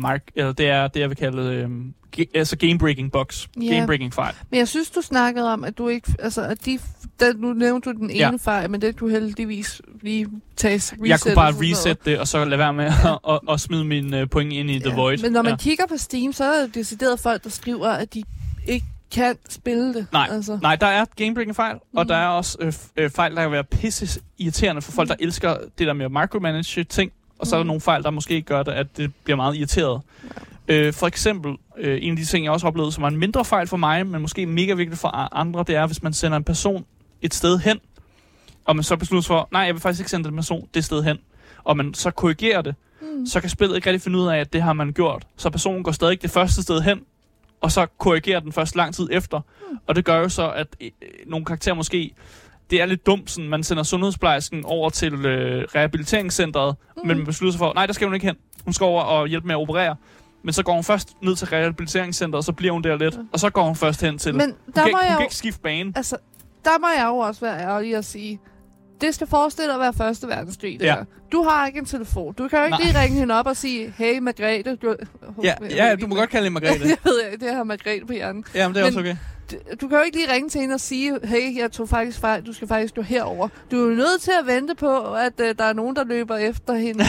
game-breaking bugs. Game-breaking fejl. Men jeg synes, du snakkede om, at du ikke... Altså, at nu nævnte du den ene fejl, men det kunne heldigvis lige tage reset. Jeg kunne bare reset det, og så lade være med at smide mine point ind i The Void. Men når man kigger på Steam, så er det decideret folk, der skriver, at de ikke kan spille det. Nej, der er game-breaking fejl, og der er også fejl, der kan være pisse irriterende for folk, der elsker det der med at micromanage ting, og så er der nogle fejl, der måske gør det, at det bliver meget irriteret. For eksempel, en af de ting, jeg også oplevede, som er en mindre fejl for mig, men måske mega vigtigt for andre, det er, hvis man sender en person et sted hen, og man så beslutter for, nej, jeg vil faktisk ikke sende den person det sted hen, og man så korrigerer det, så kan spillet ikke rigtig finde ud af, at det har man gjort. Så personen går stadig det første sted hen, og så korrigerer den først lang tid efter. Og det gør jo så, at nogle karakterer måske... Det er lidt dumt, sådan man sender sundhedsplejersken over til rehabiliteringscentret, men man beslutter sig for, nej, der skal hun ikke hen. Hun skal over og hjælpe med at operere. Men så går hun først ned til rehabiliteringscentret, og så bliver hun der lidt. Og så går hun først hen til... Men der hun kan ikke skifte bane. Altså, der må jeg jo også være ærlig at sige... Det skal forestille at være første verdenskrig, det her. Du har ikke en telefon. Du kan jo ikke lige ringe hende op og sige, hey, Margrethe. Du må godt kalde hende Margrethe. Jeg ved, det har Margrethe på hjernen. Jamen, det er også okay. Du kan jo ikke lige ringe til hende og sige, hey, jeg tog faktisk fejl, du skal faktisk gå herover. Du er jo nødt til at vente på, at der er nogen, der løber efter hende.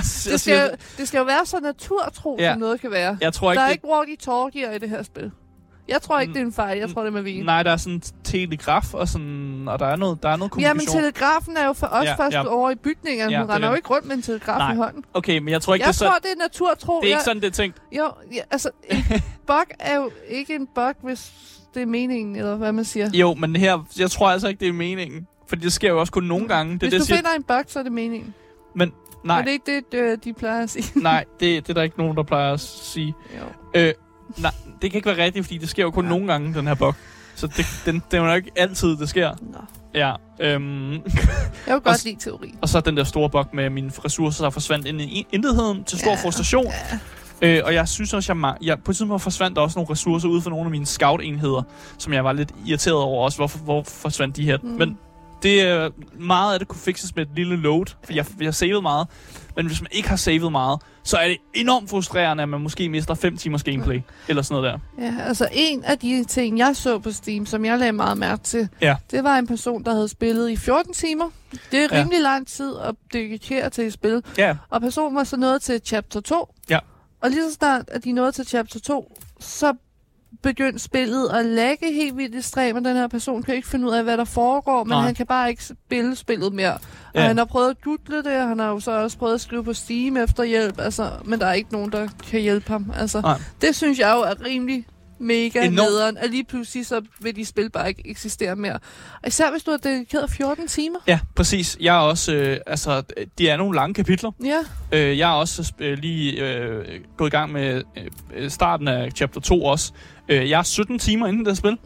Det skal jo være så naturtro, som noget kan være. Jeg tror ikke, der er ikke walkie-talkier i det her spil. Jeg tror ikke, det er en fejl. Jeg tror, det er med vin. Nej, der er sådan telegraf, og der er noget kommunikation. Ja, men telegrafen er jo for os først over i bygningen. Hun render jo ikke rundt med en telegraf i hånden. Okay, men jeg tror ikke, jeg tror, det er naturtro. Det er ikke sådan, det er tænkt. Jo, altså, en bug er jo ikke en bug, hvis det er meningen, eller hvad man siger. Jo, men her, jeg tror altså ikke, det er meningen. For det sker jo også kun nogle gange. Hvis du finder en bug, så er det meningen. Men nej. Men det er ikke det, de plejer at sige. Nej, det er der ikke nogen, der plejer at sige. Jo. Nej, det kan ikke være rigtigt, fordi det sker jo kun nogle gange, den her bug. Så det er jo ikke altid, det sker. Nå. Ja. Jeg vil godt lide teori. Og så den der store bug med mine ressourcer, der forsvandt ind i intetheden til stor frustration. Ja. Og jeg synes også, jeg på et tidspunkt forsvandt der også nogle ressourcer ud for nogle af mine scout-enheder, som jeg var lidt irriteret over også. Hvor forsvandt de her? Men det meget af det kunne fixes med et lille load, for jeg har savet meget. Men hvis man ikke har savet meget, så er det enormt frustrerende, at man måske mister 5 timers gameplay, eller sådan noget der. Ja, altså en af de ting, jeg så på Steam, som jeg lagde meget mærke til, det var en person, der havde spillet i 14 timer. Det er rimelig lang tid at dedikere til et spil. Ja. Og personen var så nået til chapter 2. Ja. Og lige så snart, at de nåede til chapter 2, så begyndte spillet at lagge helt vildt ekstremt, og den her person kan ikke finde ud af, hvad der foregår, men han kan bare ikke spille spillet mere. Og han har prøvet at google det, og han har jo så også prøvet at skrive på Steam efter hjælp, altså, men der er ikke nogen, der kan hjælpe ham. Altså, det synes jeg jo er rimelig mega nederen, at lige pludselig så vil de spil bare ikke eksistere mere. Og især hvis du har dedikeret 14 timer. Ja, præcis. Jeg er også, de er nogle lange kapitler. Ja. Jeg er også lige gået i gang med starten af chapter 2 også. Jeg er 17 timer inden det spil.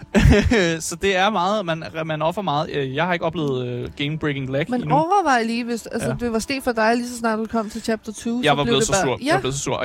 Så det er meget, man offer meget. Jeg har ikke oplevet game-breaking lag men endnu. Overvej lige, hvis det var sted for dig, lige så snart du kom til chapter 2. Jeg var blevet så sur. Jeg blev så sur. Og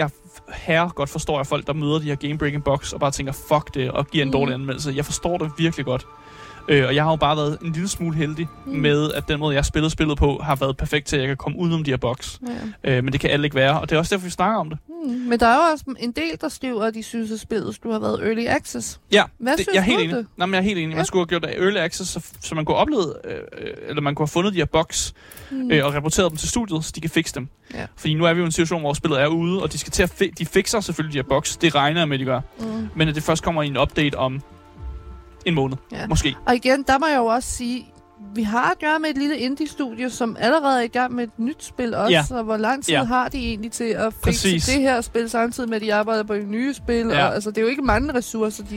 jeg godt forstår, at folk, der møder de her game-breaking bugs, og bare tænker, fuck det, og giver en dårlig anmeldelse. Jeg forstår det virkelig godt. Og jeg har jo bare været en lille smule heldig med, at den måde, jeg spillede spillet på, har været perfekt til, at jeg kan komme udenom de her bugs. Ja. Men det kan alle ikke være, og det er også derfor, vi snakker om det. Men der er jo også en del, der skriver, at de synes, at spillet skulle have været early access. Ja, hvad synes jeg er helt enig. det? Nej, men jeg er helt enig. Man skulle have gjort det early access, så man kunne have oplevet, eller man kunne have fundet de her bugs, og rapporteret dem til studiet, så de kan fikse dem. Ja. Fordi nu er vi jo i en situation, hvor spillet er ude, og de skal til at de fikser selvfølgelig de her bugs. Det regner jeg med, de gør. Men at det først kommer i en update om en måned, måske. Og igen, der må jeg jo også sige, vi har at gøre med et lille indie-studie, som allerede er i gang med et nyt spil også, og hvor lang tid har de egentlig til at fikse det her spil, samtidig med, at de arbejder på et nye spil, og altså, det er jo ikke mange ressourcer, de har.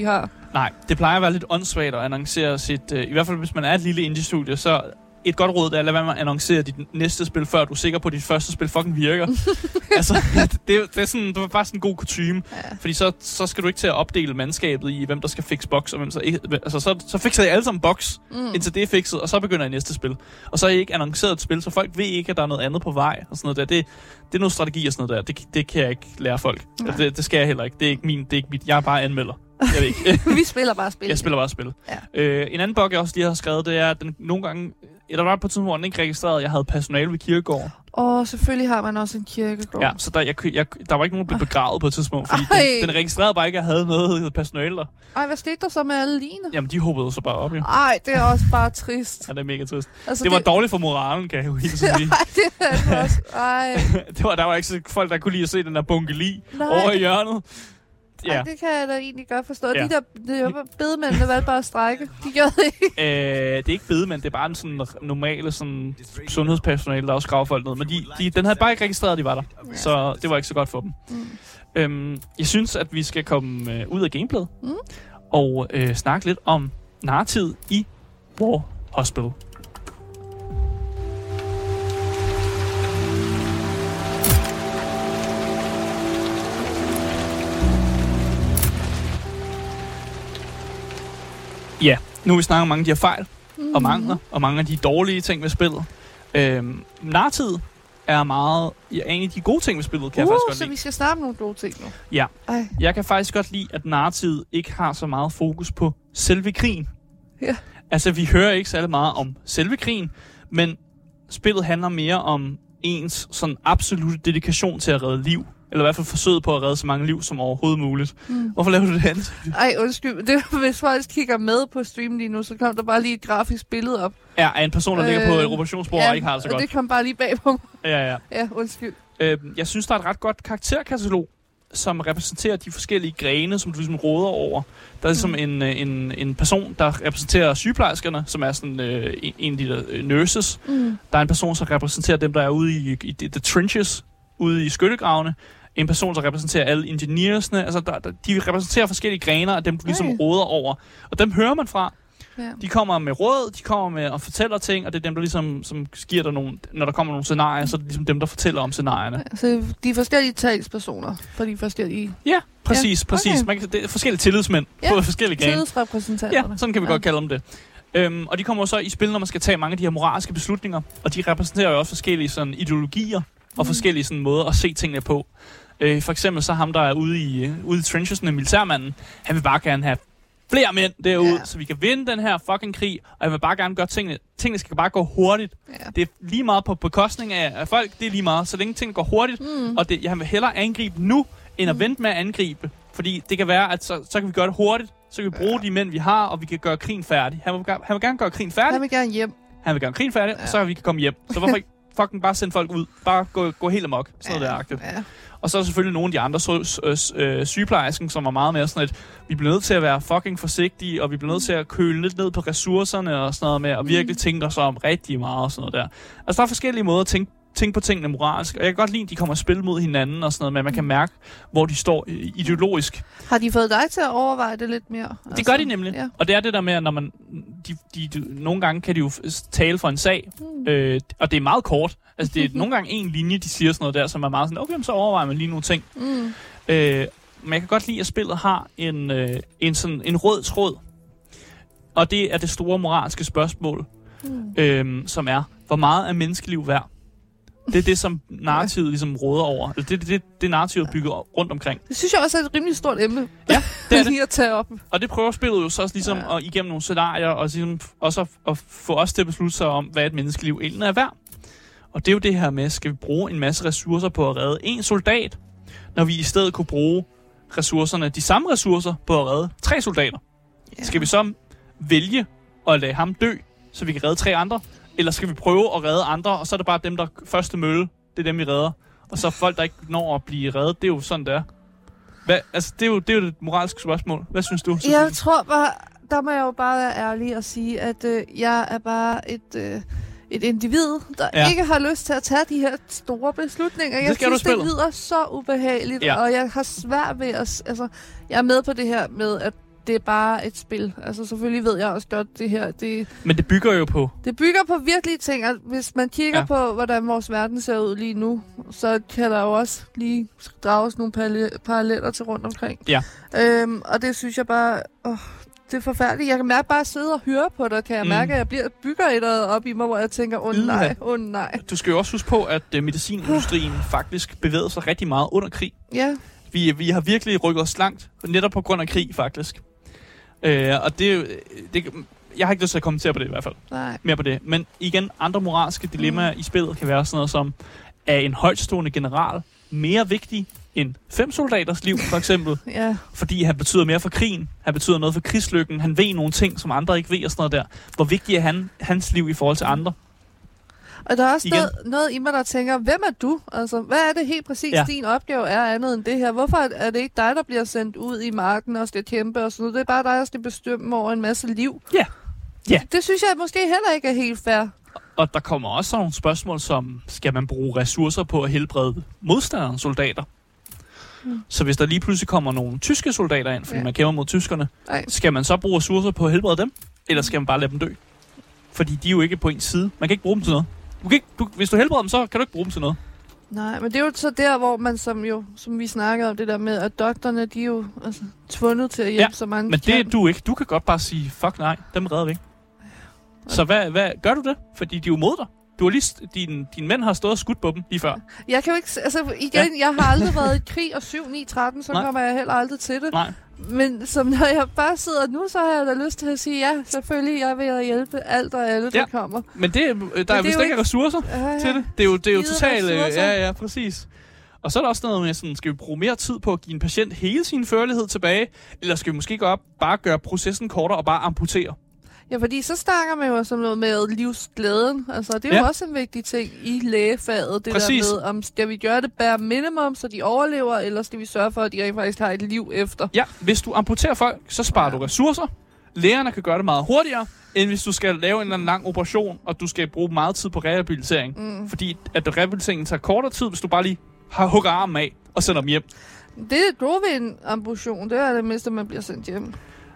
Nej, det plejer at være lidt åndssvagt at annoncere sit... I hvert fald, hvis man er et lille indie-studie, så et godt råd er at lade være med at annoncere dit næste spil, før du er sikker på, at dit første spil fucking virker. Altså, det er bare sådan en god kutyme. Ja. Fordi så skal du ikke til at opdele mandskabet i, hvem der skal fikse boks, og hvem så ikke... Altså, så fikser I alle sammen boks, indtil det er fikset, og så begynder I næste spil. Og så er I ikke annonceret et spil, så folk ved ikke, at der er noget andet på vej, og sådan noget der. Det er noget strategi og sådan noget der. Det kan jeg ikke lære folk. Det skal jeg heller ikke. Det er ikke mit. Jeg er bare anmelder. Jeg ved ikke. Vi spiller bare spil. Jeg spiller bare spil. Ja. En anden bug, jeg også lige har skrevet, det er, at den nogle gange... Der var på et tidspunkt, hvor den ikke registrerede, at jeg havde personale ved kirkegården. Selvfølgelig har man også en kirkegård. Ja, så der var ikke nogen, der blev begravet på et tidspunkt, fordi den registrerede bare ikke, at jeg havde noget personale der. Ej, hvad skete der så med alle ligene? Jamen, de hoppede så bare op, jo. Ej, det er også bare trist. Ja, det er mega trist. Altså, det var dårligt for moralen, kan jeg jo helt sige. Nej, det er det også. Ej. Der var ikke så folk, der kunne lide at se den der bunke lig over i hjørnet. Ja. Ej, det kan jeg da egentlig godt forstå. Ja. De der bedemændene valgte bare at strække. De gjorde det ikke. Det er ikke bedemænd, det er bare en sådan normale sådan sundhedspersonale, der også graver folk ned. Men den havde bare ikke registreret, at de var der. Ja. Så det var ikke så godt for dem. Jeg synes, at vi skal komme ud af gameplayet og snakke lidt om narrativet i War Hospital. Ja, nu vi snakker om mange af de her fejl og mangler, og mange af de dårlige ting ved spillet. Narrativet er meget en af de gode ting ved spillet, kan jeg faktisk godt lide. Så vi skal snakke om nogle gode ting nu. Ja, jeg kan faktisk godt lide, at narrativet ikke har så meget fokus på selve krigen. Ja. Altså, vi hører ikke særlig meget om selve krigen, men spillet handler mere om ens sådan absolute dedikation til at redde liv. Eller i hvert fald forsøget på at redde så mange liv som overhovedet muligt. Hvorfor laver du det andet? Ej, undskyld. Hvis folk kigger med på streamen lige nu, så kom der bare lige et grafisk billede op. Ja, af en person, der ligger på et operationsbord og ikke har det så godt. det kom bare lige bag på mig. Ja. Ja, undskyld. Jeg synes, der er et ret godt karakterkatalog, som repræsenterer de forskellige grene, som du ligesom råder over. Der er ligesom en person, der repræsenterer sygeplejerskerne, som er sådan en af de der nurses. Der er en person, som repræsenterer dem, der er ude i the trenches, ude i skyttegravene. En person, der repræsenterer alle engineersne. Altså, de repræsenterer forskellige grener af dem, du ligesom råder over. Og dem hører man fra. Ja. De kommer med råd, de kommer med og fortæller ting, og det er dem, der ligesom som giver dig nogle... Når der kommer nogle scenarier, så er det ligesom dem, der fortæller om scenarierne. Altså, de forskellige talspersoner for de forskellige... Ja, præcis. Okay. Det er forskellige tillidsmænd på forskellige grene. Tillidsrepræsentanter. Ja, sådan kan vi godt kalde dem det. Og de kommer så i spil, når man skal tage mange af de her moralske beslutninger, og de repræsenterer jo også forskellige sådan ideologier og forskellige sådan måder at se tingene på. For eksempel så ham, der er ude i trenchesne, militærmanden, han vil bare gerne have flere mænd derude, så vi kan vinde den her fucking krig, og jeg vil bare gerne gøre tingene. Tingene skal bare gå hurtigt. Ja. Det er lige meget på bekostning af folk, det er lige meget, så længe tingene går hurtigt, og jeg vil hellere angribe nu, end at vente med at angribe. Fordi det kan være, at så kan vi gøre det hurtigt, så kan vi bruge de mænd, vi har, og vi kan gøre krigen færdig. Han vil gerne gøre krigen færdig. Han vil gerne hjem. Han vil gøre krigen færdig, og så vi kan komme hjem. Så hvorfor ikke fucking bare sende folk ud? Bare gå helt amok. Sådan noget der-agtigt. Ja. Og så er der selvfølgelig nogle af de andre sygeplejersken, som er meget mere sådan et, vi bliver nødt til at være fucking forsigtige, og vi bliver nødt til at køle lidt ned på ressourcerne og sådan noget med, og virkelig tænke os om rigtig meget og sådan noget der. Altså der er forskellige måder at tænke på tingene moralsk, og jeg kan godt lide, at de kommer at spille mod hinanden og sådan noget, men man kan mærke, hvor de står ideologisk. Har de fået dig til at overveje det lidt mere? Det gør de nemlig, ja. Og det er det der med, at når man, nogle gange kan de jo tale for en sag, og det er meget kort. Altså det er nogle gange en linje, de siger sådan noget der, som er meget sådan, okay, så overvejer man lige nogle ting. Men jeg kan godt lide, at spillet har en rød tråd, og det er det store moralske spørgsmål, som er, hvor meget er menneskeliv værd? Det er det, som narrativet ligesom råder over. Det narrativet bygger rundt omkring. Det synes jeg også er et rimelig stort emne. Ja, det er det. Lige at tage op. Og det prøver spillet jo så også ligesom at igennem nogle scenarier, og ligesom også at få os til at beslutte sig om, hvad et menneskeliv egentlig er værd. Og det er jo det her med, skal vi bruge en masse ressourcer på at redde en soldat, når vi i stedet kunne bruge de samme ressourcer på at redde 3 soldater? Yeah. Skal vi så vælge at lade ham dø, så vi kan redde 3 andre? Eller skal vi prøve at redde andre, og så er det bare dem, der første mølle, det er dem, vi redder. Og så folk, der ikke når at blive reddet, det er jo sådan, det er. Det er jo det moralske spørgsmål. Hvad synes du? Jeg tror bare, der må jeg jo bare være ærlig og sige, at jeg er bare et individ, der ikke har lyst til at tage de her store beslutninger. Jeg synes, det lyder så ubehageligt, og jeg har svært ved at... Altså, jeg er med på det her med, at det er bare et spil. Altså selvfølgelig ved jeg også godt det her. Men det bygger jo på... Det bygger på virkelige ting. Altså, hvis man kigger på, hvordan vores verden ser ud lige nu, så kan der jo også lige drages nogle paralleller til rundt omkring. Ja. Og det synes jeg bare... det er forfærdeligt. Jeg kan mærke bare at sidde og høre på det, kan jeg mærke, at jeg bygger et op i mig, hvor jeg tænker, nej. Du skal jo også huske på, at medicinindustrien faktisk bevæger sig rigtig meget under krig. Ja. Vi har virkelig rykket os langt, netop på grund af krig, faktisk. Og det, jeg har ikke lyst til at kommentere på det i hvert fald. Nej. Mere på det. Men igen, andre moralske dilemmaer i spillet kan være sådan noget som, er en højtstående general mere vigtig end 5 soldaters liv, for eksempel? Ja. Fordi han betyder mere for krigen. Han betyder noget for krigslykken. Han ved nogle ting, som andre ikke ved og sådan noget der. Hvor vigtig er hans liv i forhold til andre? Og der er også noget i mig, der tænker, hvem er du? Altså, hvad er det helt præcis, din opgave er andet end det her? Hvorfor er det ikke dig, der bliver sendt ud i marken og skal kæmpe og sådan noget? Det er bare dig, der skal bestemme over en masse liv. Ja. Ja. Det synes jeg måske heller ikke er helt fair. Og der kommer også nogle spørgsmål som, skal man bruge ressourcer på at helbrede modstanderens soldater? Så hvis der lige pludselig kommer nogle tyske soldater ind, fordi man kæmper mod tyskerne, skal man så bruge ressourcer på at helbrede dem? Eller skal man bare lade dem dø? Fordi de er jo ikke på ens side. Man kan ikke bruge dem til noget. Hvis du helbreder dem, så kan du ikke bruge dem til noget. Nej, men det er jo så der, hvor man, som vi snakkede om, det der med, at doktorerne, de er jo tvunget til at hjælpe så mange. Men det er du ikke. Du kan godt bare sige, fuck nej, dem redder vi ikke. Så hvad gør du det? Fordi de er jo mod dig. Du har lige, dine mænd har stået og skudt på dem lige før. Jeg kan jo ikke... Altså igen, jeg har aldrig været i krig, og 7, 9, 13, så kommer jeg heller aldrig til det. Nej. Men som når jeg bare sidder nu, så har jeg da lyst til at sige, ja, selvfølgelig, jeg vil hjælpe alt og alle, der kommer. Men der er vist ikke ressourcer til det. Det er jo totalt... Ja, præcis. Og så er der også noget med sådan, skal vi bruge mere tid på at give en patient hele sin førlighed tilbage, eller skal vi måske bare gøre processen kortere og bare amputere? Ja, fordi så snakker man jo som noget med livsglæden. Altså, det er jo også en vigtig ting i lægefaget. Det der med, om skal vi gøre det bare minimum, så de overlever, eller skal vi sørge for, at de rent faktisk har et liv efter? Ja, hvis du amputerer folk, så sparer du ressourcer. Lægerne kan gøre det meget hurtigere, end hvis du skal lave en eller anden lang operation, og du skal bruge meget tid på rehabilitering. Fordi at rehabiliteringen tager kortere tid, hvis du bare lige hugger armen af og sender dem hjem. Det er gode ved en amputation. Det er det mindste, man bliver sendt hjem.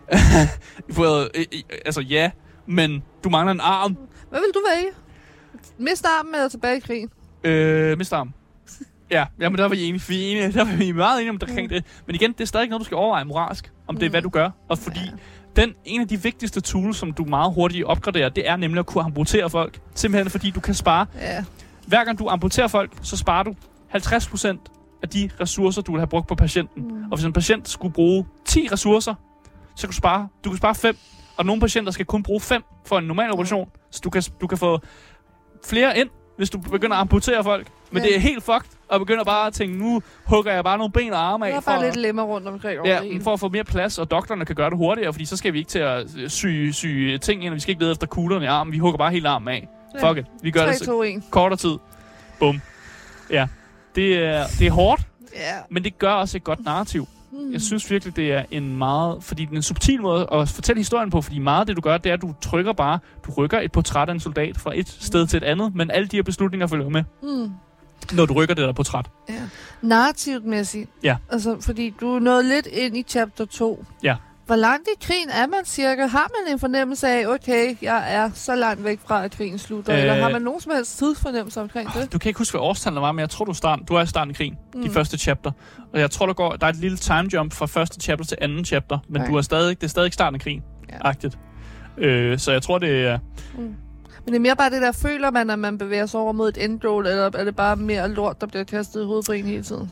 Altså ja, men du mangler en arm. Hvad vil du vælge? Miste armen eller tilbage i krigen? Miste armen. Ja, men der var vi enige. Der var vi meget enige omkring det. Men igen, det er stadig noget, du skal overveje moralsk. Om det er, hvad du gør. Og fordi en af de vigtigste tools, som du meget hurtigt opgraderer, det er nemlig at kunne amputere folk. Simpelthen fordi du kan spare. Hver gang du amputerer folk, så sparer du 50% af de ressourcer, du vil have brugt på patienten. Og hvis en patient skulle bruge 10 ressourcer, så kan du kan spare 5, og nogle patienter skal kun bruge 5 for en normal operation, så du kan få flere ind, hvis du begynder at amputere folk. Men det er helt fucked, og begynder bare at tænke, nu hugger jeg bare nogle ben og arme af. Der er bare lidt lemmer rundt omkring. For at få mere plads, og doktorerne kan gøre det hurtigere, fordi så skal vi ikke til at sy ting ind, og vi skal ikke lede efter kuglerne i armen, vi hugger bare hele armen af. Fuck it, vi gør 3, 2, 1. Kortere tid. Bum. Ja, det er hårdt, men det gør også et godt narrativ. Jeg synes virkelig, det er en meget... Fordi det er en subtil måde at fortælle historien på, fordi meget af det, du gør, det er, at du rykker et portræt af en soldat fra et sted til et andet, men alle de her beslutninger følger med, når du rykker det der portræt. Ja. Narrativmæssigt. Ja. Altså, fordi du er nået lidt ind i chapter 2. Ja. Hvor langt i krigen er man cirka? Har man en fornemmelse af, okay, jeg er så langt væk fra, at krigen slutter? Eller har man nogen som helst tidsfornemmelse omkring det? Du kan ikke huske, hvad årstallet var, men jeg tror, du er i starten af krigen. De første chapter. Og jeg tror, der er et lille time jump fra første chapter til anden chapter. Men det er stadig starten af krigen. Agtigt. Så jeg tror, det er... Men det er mere bare det der, føler man, at man bevæger sig over mod et endgoal, eller er det bare mere lort, der bliver kastet i hovedet på en hele tiden?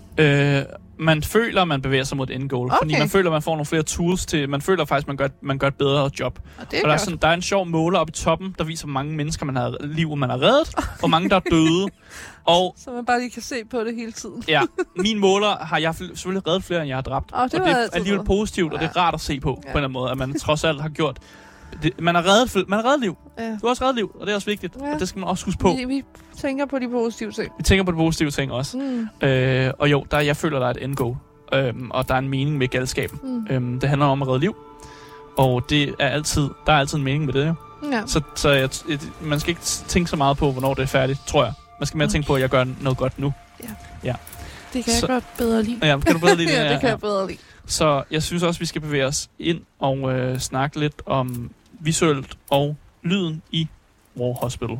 Man føler, at man bevæger sig mod et endgoal, fordi man føler, at man får nogle flere tools til... Man føler faktisk, at man gør et bedre job. Og der er en sjov måler oppe i toppen, der viser, hvor mange mennesker man har reddet, hvor mange der er døde. Og så man bare lige kan se på det hele tiden. Ja, min måler har jeg selvfølgelig reddet flere, end jeg har dræbt. Og det er alligevel positivt, og det er rart at se på en eller anden måde, at man trods alt har gjort... Man har reddet liv. Ja. Du har også reddet liv, og det er også vigtigt. Og det skal man også huske på. Vi tænker på de positive ting. Vi tænker på de positive ting også. Og jo, jeg føler, der er et end goal. Og der er en mening med galskaben. Det handler om at redde liv. Og der er altid en mening med det. Ja. Så man skal ikke tænke så meget på, hvornår det er færdigt, tror jeg. Man skal mere tænke på, at jeg gør noget godt nu. Ja. Det kan jeg godt bedre lide. Ja, kan du bedre lide det? Ja, det kan jeg bedre lide. Så jeg synes også, vi skal bevæge os ind og snakke lidt om visuelt og lyden i War Hospital.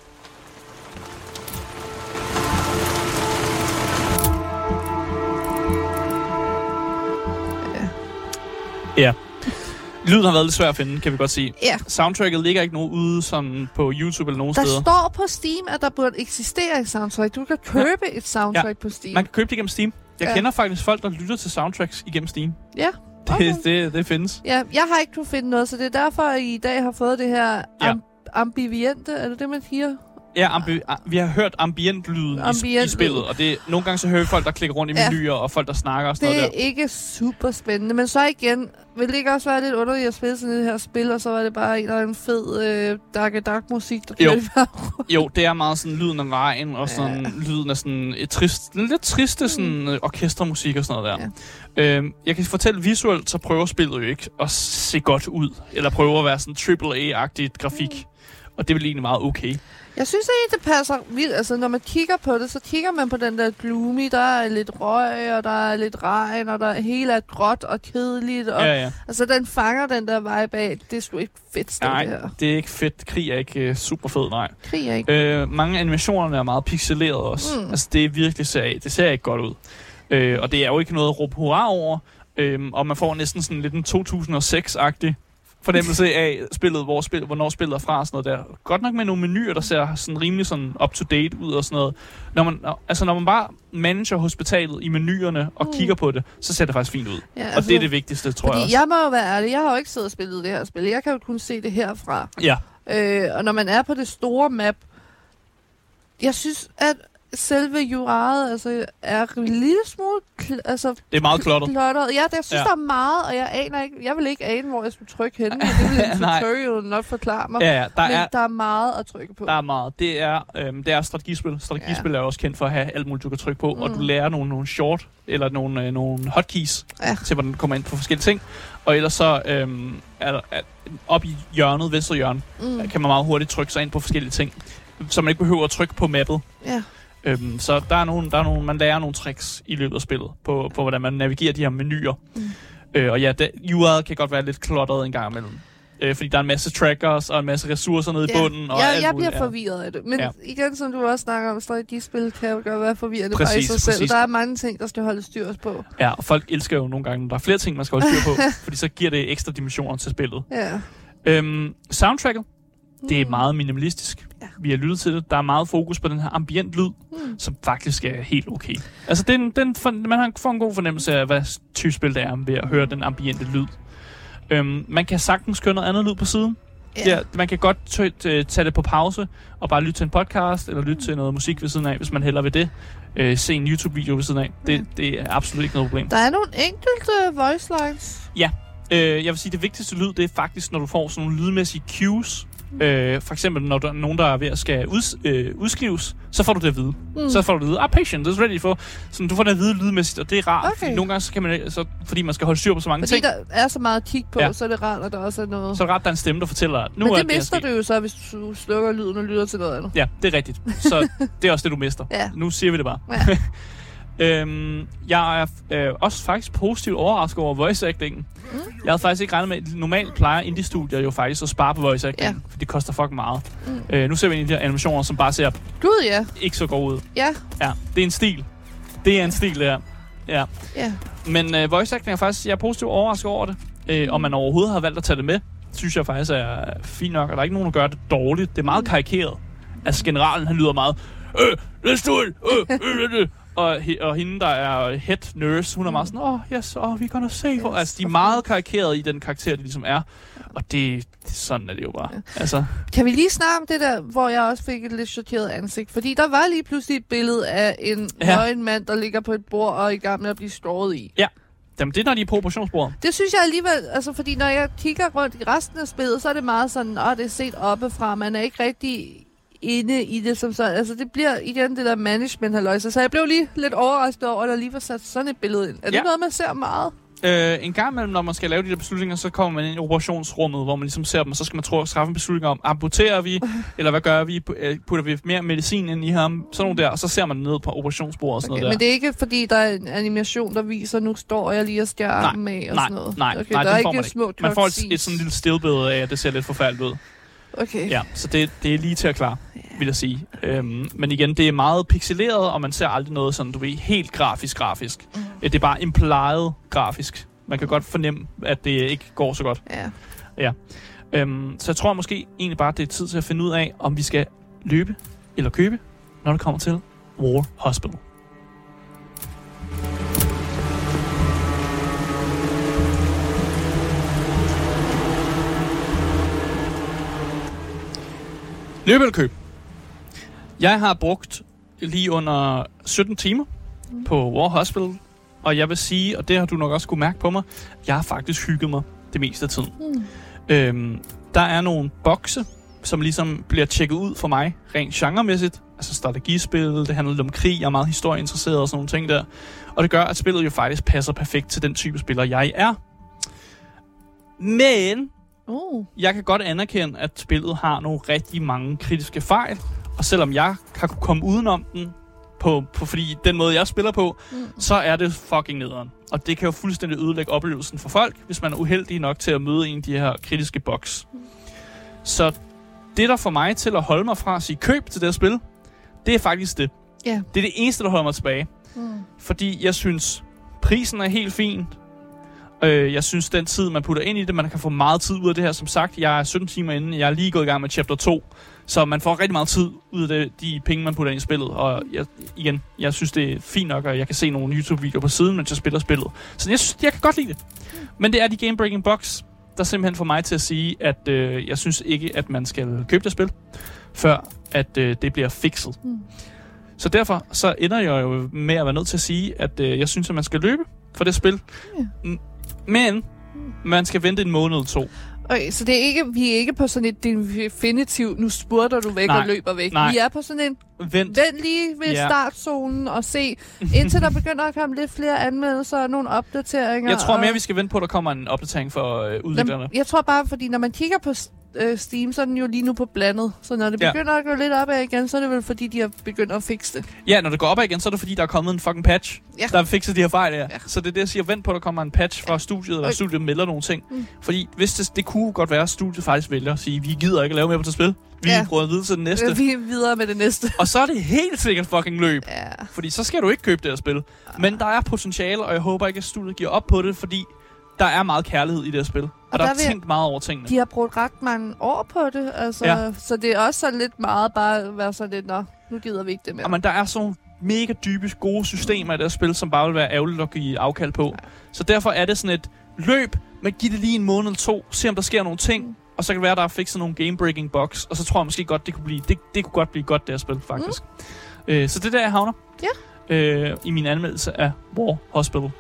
Ja. Lyden har været lidt svært at finde, kan vi godt sige. Ja. Soundtracket ligger ikke nogen ude sådan på YouTube eller nogen der steder. Der står på Steam, at der burde eksistere et soundtrack. Du kan købe et soundtrack på Steam. Man kan købe det igennem Steam. Jeg kender faktisk folk, der lytter til soundtracks igennem Steam. Ja. Okay. Det findes. Ja, jeg har ikke kunne finde noget, så det er derfor, at I i dag har fået det her ambiviente, er det man siger? Ja, vi har hørt ambient-lyden i spillet, og nogle gange så hører vi folk, der klikker rundt i menuer, og folk, der snakker og sådan noget der. Det er ikke super spændende, men så igen, vil det ikke også være lidt underligt at spille sådan et her spil, og så var det bare en eller anden fed dark-musik, der kørte Jo, det er meget sådan lyden af regn, og sådan lyden af sådan lidt triste sådan orkestermusik og sådan noget der. Jeg kan fortælle visuelt, så prøver spillet jo ikke at se godt ud, eller prøver at være sådan AAA-agtigt grafik, og det er vel egentlig meget okay. Jeg synes egentlig, det passer vildt. Altså, når man kigger på det, så kigger man på den der gloomy. Der er lidt røg, og der er lidt regn, og der hele er gråt og kedeligt. Og, altså, den fanger den der vibe af. Det er sgu ikke fedt sted, nej, det her. Det er ikke fedt. Krig er ikke super fed, nej. Krig er ikke. Mange animationerne er meget pixeleret også. Altså, det er virkelig det ser ikke godt ud. Og det er jo ikke noget at råbe hurra over. Og man får næsten sådan lidt en 2006-agtig fornemmelse af spillet, hvornår spillet er fra og sådan noget der. Godt nok med nogle menuer, der ser sådan rimelig sådan up-to-date ud og sådan noget. Når man bare manager hospitalet i menuerne og kigger på det, så ser det faktisk fint ud. Ja, altså, og det er det vigtigste, tror jeg også. Jeg må jo være ærlig, jeg har jo ikke siddet og spillet det her spil. Jeg kan jo kun se det herfra. Ja. Og når man er på det store map, jeg synes, at selve juraret er en lille smule det er meget klottet. Ja, jeg synes, der er meget, og jeg vil ikke ane, hvor jeg skulle trykke henne. Det vil en tutorial nok forklare mig. Ja, der er meget at trykke på. Der er meget. Det er strategispil. Strategispil er også kendt for at have alt muligt, du kan trykke på, og du lærer nogle short, eller nogle hotkeys, til hvordan du kommer ind på forskellige ting. Og ellers så op i hjørnet, venstre hjørne, kan man meget hurtigt trykke sig ind på forskellige ting, så man ikke behøver at trykke på mappet. Ja. Så man lærer nogle tricks i løbet af spillet på hvordan man navigerer de her menuer. Og ja, UI'et kan godt være lidt klotret en gang imellem. Fordi der er en masse trackers og en masse ressourcer nede i bunden. Og jeg bliver forvirret af det. Men igen, som du også snakker om, strategispil kan jo godt være forvirrende bare i sig selv. Der er mange ting, der skal holde styr på. Ja, og folk elsker jo nogle gange, når der er flere ting, man skal holde styr på. Fordi så giver det ekstra dimensioner til spillet. Ja. Soundtracket, det er meget minimalistisk. Ja. Vi har lyttet til det. Der er meget fokus på den her ambient lyd, som faktisk er helt okay. Altså, man får en god fornemmelse af, hvad type spil det er ved at høre den ambiente lyd. Man kan sagtens køre noget andet lyd på siden. Ja, man kan godt tage det på pause og bare lytte til en podcast, eller lytte til noget musik ved siden af, hvis man hellere vil det. Se en YouTube-video ved siden af. Det er absolut ikke noget problem. Der er nogle enkelte voice lines. Ja. Jeg vil sige, det vigtigste lyd, det er faktisk, når du får sådan nogle lydmæssige cues. For eksempel, når der er nogen, der er ved at skal udskrives, så får du det at vide. Så får du det at vide, patient is ready for. Så du får det at vide lydmæssigt, og det er rart. Okay. Fordi nogle gange, så kan man, fordi man skal holde styr på så mange ting. Fordi der er så meget at kigge på, så er det rart, at der også er noget. Så er det rart, at der er en stemme, der fortæller, nu men er det mister du jo så, hvis du slukker lyden og lytter til noget andet. Ja, det er rigtigt. Så det er også det, du mister. Nu siger vi det bare. Ja. Jeg er også faktisk positivt overrasket over voice actingen. Jeg havde faktisk ikke regnet med, at normalt plejer indie-studier jo faktisk at spare på voice acting, for det koster fucking meget. Nu ser vi en af de her animationer, som bare ser ikke så godt ud. Ja, det er en stil. Det er en stil, det her. Ja. Men voice acting er faktisk, jeg er positivt overrasket over det. Om man overhovedet har valgt at tage det med, synes jeg faktisk er fint nok, og der er ikke nogen, der gør det dårligt. Det er meget karikeret. Altså generalen, han lyder meget let's do it! Og hende, der er head nurse, hun er meget sådan, we're gonna save her. Altså, de er meget karikeret i den karakter, de ligesom er. Og sådan er det jo bare. Altså. Kan vi lige snakke om det der, hvor jeg også fik et lidt chokeret ansigt? Fordi der var lige pludselig et billede af en nøgen mand, der ligger på et bord og er i gang med at blive skåret i. Ja. Jamen, det er, når de er på operationsbordet. Det synes jeg alligevel, altså fordi når jeg kigger rundt i resten af spillet, så er det meget sådan, det er set oppefra. Man er ikke rigtig inde i det som sådan. Altså, det bliver igen det der management-halløjse. Så jeg blev lige lidt overrasket over, at der lige var sat sådan et billede ind. Er det noget, man ser meget? En gang imellem, når man skal lave de der beslutninger, så kommer man ind i operationsrummet, hvor man ligesom ser dem, og så skal man træffe en beslutning om, amputerer vi, eller hvad gør vi? Putter vi mere medicin ind i ham? Sådan nogle der, og så ser man ned på operationsbordet og sådan noget der. Men det er ikke, fordi der er en animation, der viser, nu står jeg lige og skærer armen af og sådan noget? Nej, der er ikke små man får et sådan lille stillbillede af, at det ser lidt forfærdeligt ud. Okay. Ja, så det er lige til at klare, vil jeg sige. Men igen, det er meget pixeleret, og man ser aldrig noget sådan, du ved, helt grafisk. Det er bare implied grafisk. Man kan godt fornemme, at det ikke går så godt. Ja. Så jeg tror måske egentlig bare, det er tid til at finde ud af, om vi skal løbe eller købe, når det kommer til War Hospital. Løbe eller køb? Jeg har brugt lige under 17 timer på War Hospital, og jeg vil sige, og det har du nok også kunne mærke på mig, jeg har faktisk hygget mig det meste af tiden. Der er nogle bokse, som ligesom bliver tjekket ud for mig, rent genremæssigt. Altså strategispil, det handler om krig, jeg er meget historieinteresseret og sådan nogle ting der. Og det gør, at spillet jo faktisk passer perfekt til den type spiller, jeg er. Men jeg kan godt anerkende, at spillet har nogle rigtig mange kritiske fejl. Og selvom jeg har kunne komme udenom den, fordi den måde, jeg spiller på, så er det fucking nederen. Og det kan jo fuldstændig ødelægge oplevelsen for folk, hvis man er uheldig nok til at møde en af de her kritiske boks. Så det, der får mig til at holde mig fra at sige køb til det her spil, det er faktisk det. Yeah. Det er det eneste, der holder mig tilbage. Fordi jeg synes, prisen er helt fin. Jeg synes, den tid, man putter ind i det, man kan få meget tid ud af det her. Som sagt, jeg er 17 timer inde, jeg er lige gået i gang med chapter 2. Så man får rigtig meget tid ud af de penge, man putter ind i spillet. Og jeg synes, det er fint nok, og jeg kan se nogle YouTube-videoer på siden, mens jeg spiller spillet. Så jeg kan godt lide det. Men det er de game-breaking bugs, der simpelthen får mig til at sige, at jeg synes ikke, at man skal købe det spil, før at det bliver fikset. Så derfor så ender jeg jo med at være nødt til at sige, at jeg synes, at man skal løbe for det spil. Men man skal vente en måned eller 2. Okay, så det er ikke, vi er ikke på sådan et definitivt, nu spurter du væk og løber væk. Nej. Vi er på sådan en, vent lige ved startzonen og se, indtil der begynder at komme lidt flere anmeldelser og nogle opdateringer. Jeg tror mere, vi skal vente på, at der kommer en opdatering for udviklerne. Jeg tror bare, fordi når man kigger på Steam, så er den jo lige nu på blandet. Så når det begynder at gå lidt opad igen, så er det vel fordi, de har begyndt at fikse det. Ja, når det går opad igen, så er det fordi, der er kommet en fucking patch, der har fikset de her fejl her. Ja. Så det er det, jeg siger, vent på, at der kommer en patch fra studiet, eller studiet melder nogle ting. Fordi hvis det kunne godt være, at studiet faktisk vælger at sige, vi gider ikke at lave mere på det spil. Vi prøver at videre til det næste. Vi er videre med det næste. Og så er det helt sikkert fucking løb. Ja. Fordi så skal du ikke købe det her spil. Men der er potentiale, og jeg håber ikke, at studiet giver op på det, fordi der er meget kærlighed i det her spil. Og der er tænkt meget over tingene. De har brugt ret mange år på det, altså, så det er også så lidt meget bare at være sådan lidt, nu gider vi ikke det mere. Men der er så mega dybe, gode systemer i det her spil, som bare vil være ærgerligt at give afkald på. Ja. Så derfor er det sådan et løb, men giv det lige en måned eller 2, se om der sker nogle ting, og så kan det være, der er fikset nogle game-breaking bugs, og så tror jeg måske godt, det kunne godt blive godt, det her spil, faktisk. Så det er der, jeg havner. Ja. I min anmeldelse af War Hospital.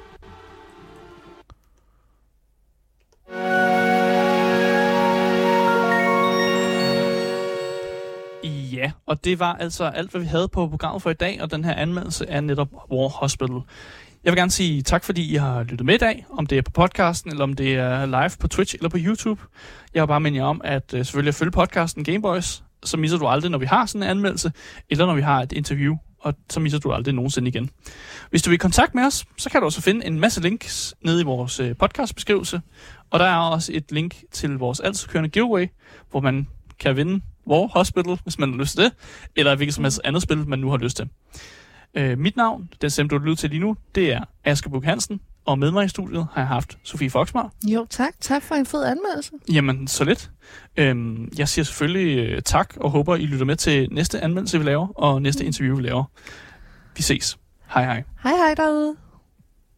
Ja, og det var altså alt, hvad vi havde på programmet for i dag, og den her anmeldelse er netop War Hospital. Jeg vil gerne sige tak, fordi I har lyttet med i dag, om det er på podcasten, eller om det er live på Twitch eller på YouTube. Jeg vil bare minde jer om, at selvfølgelig at følge podcasten Gameboys, så misser du aldrig, når vi har sådan en anmeldelse, eller når vi har et interview, og så misser du aldrig nogensinde igen. Hvis du vil i kontakt med os, så kan du også finde en masse links nede i vores podcastbeskrivelse, og der er også et link til vores altid kørende giveaway, hvor man kan vinde War Hospital, hvis man har lyst til det, eller hvilket som helst andet spil, man nu har lyst til. Mit navn, den stemme, du lytter til lige nu, det er Asger Buch Hansen, og med mig i studiet har jeg haft Sofie Foxmar. Jo, tak. Tak for en fed anmeldelse. Jamen, så lidt. Jeg siger selvfølgelig tak, og håber, I lytter med til næste anmeldelse, vi laver, og næste interview, vi laver. Vi ses. Hej hej. Hej hej derude.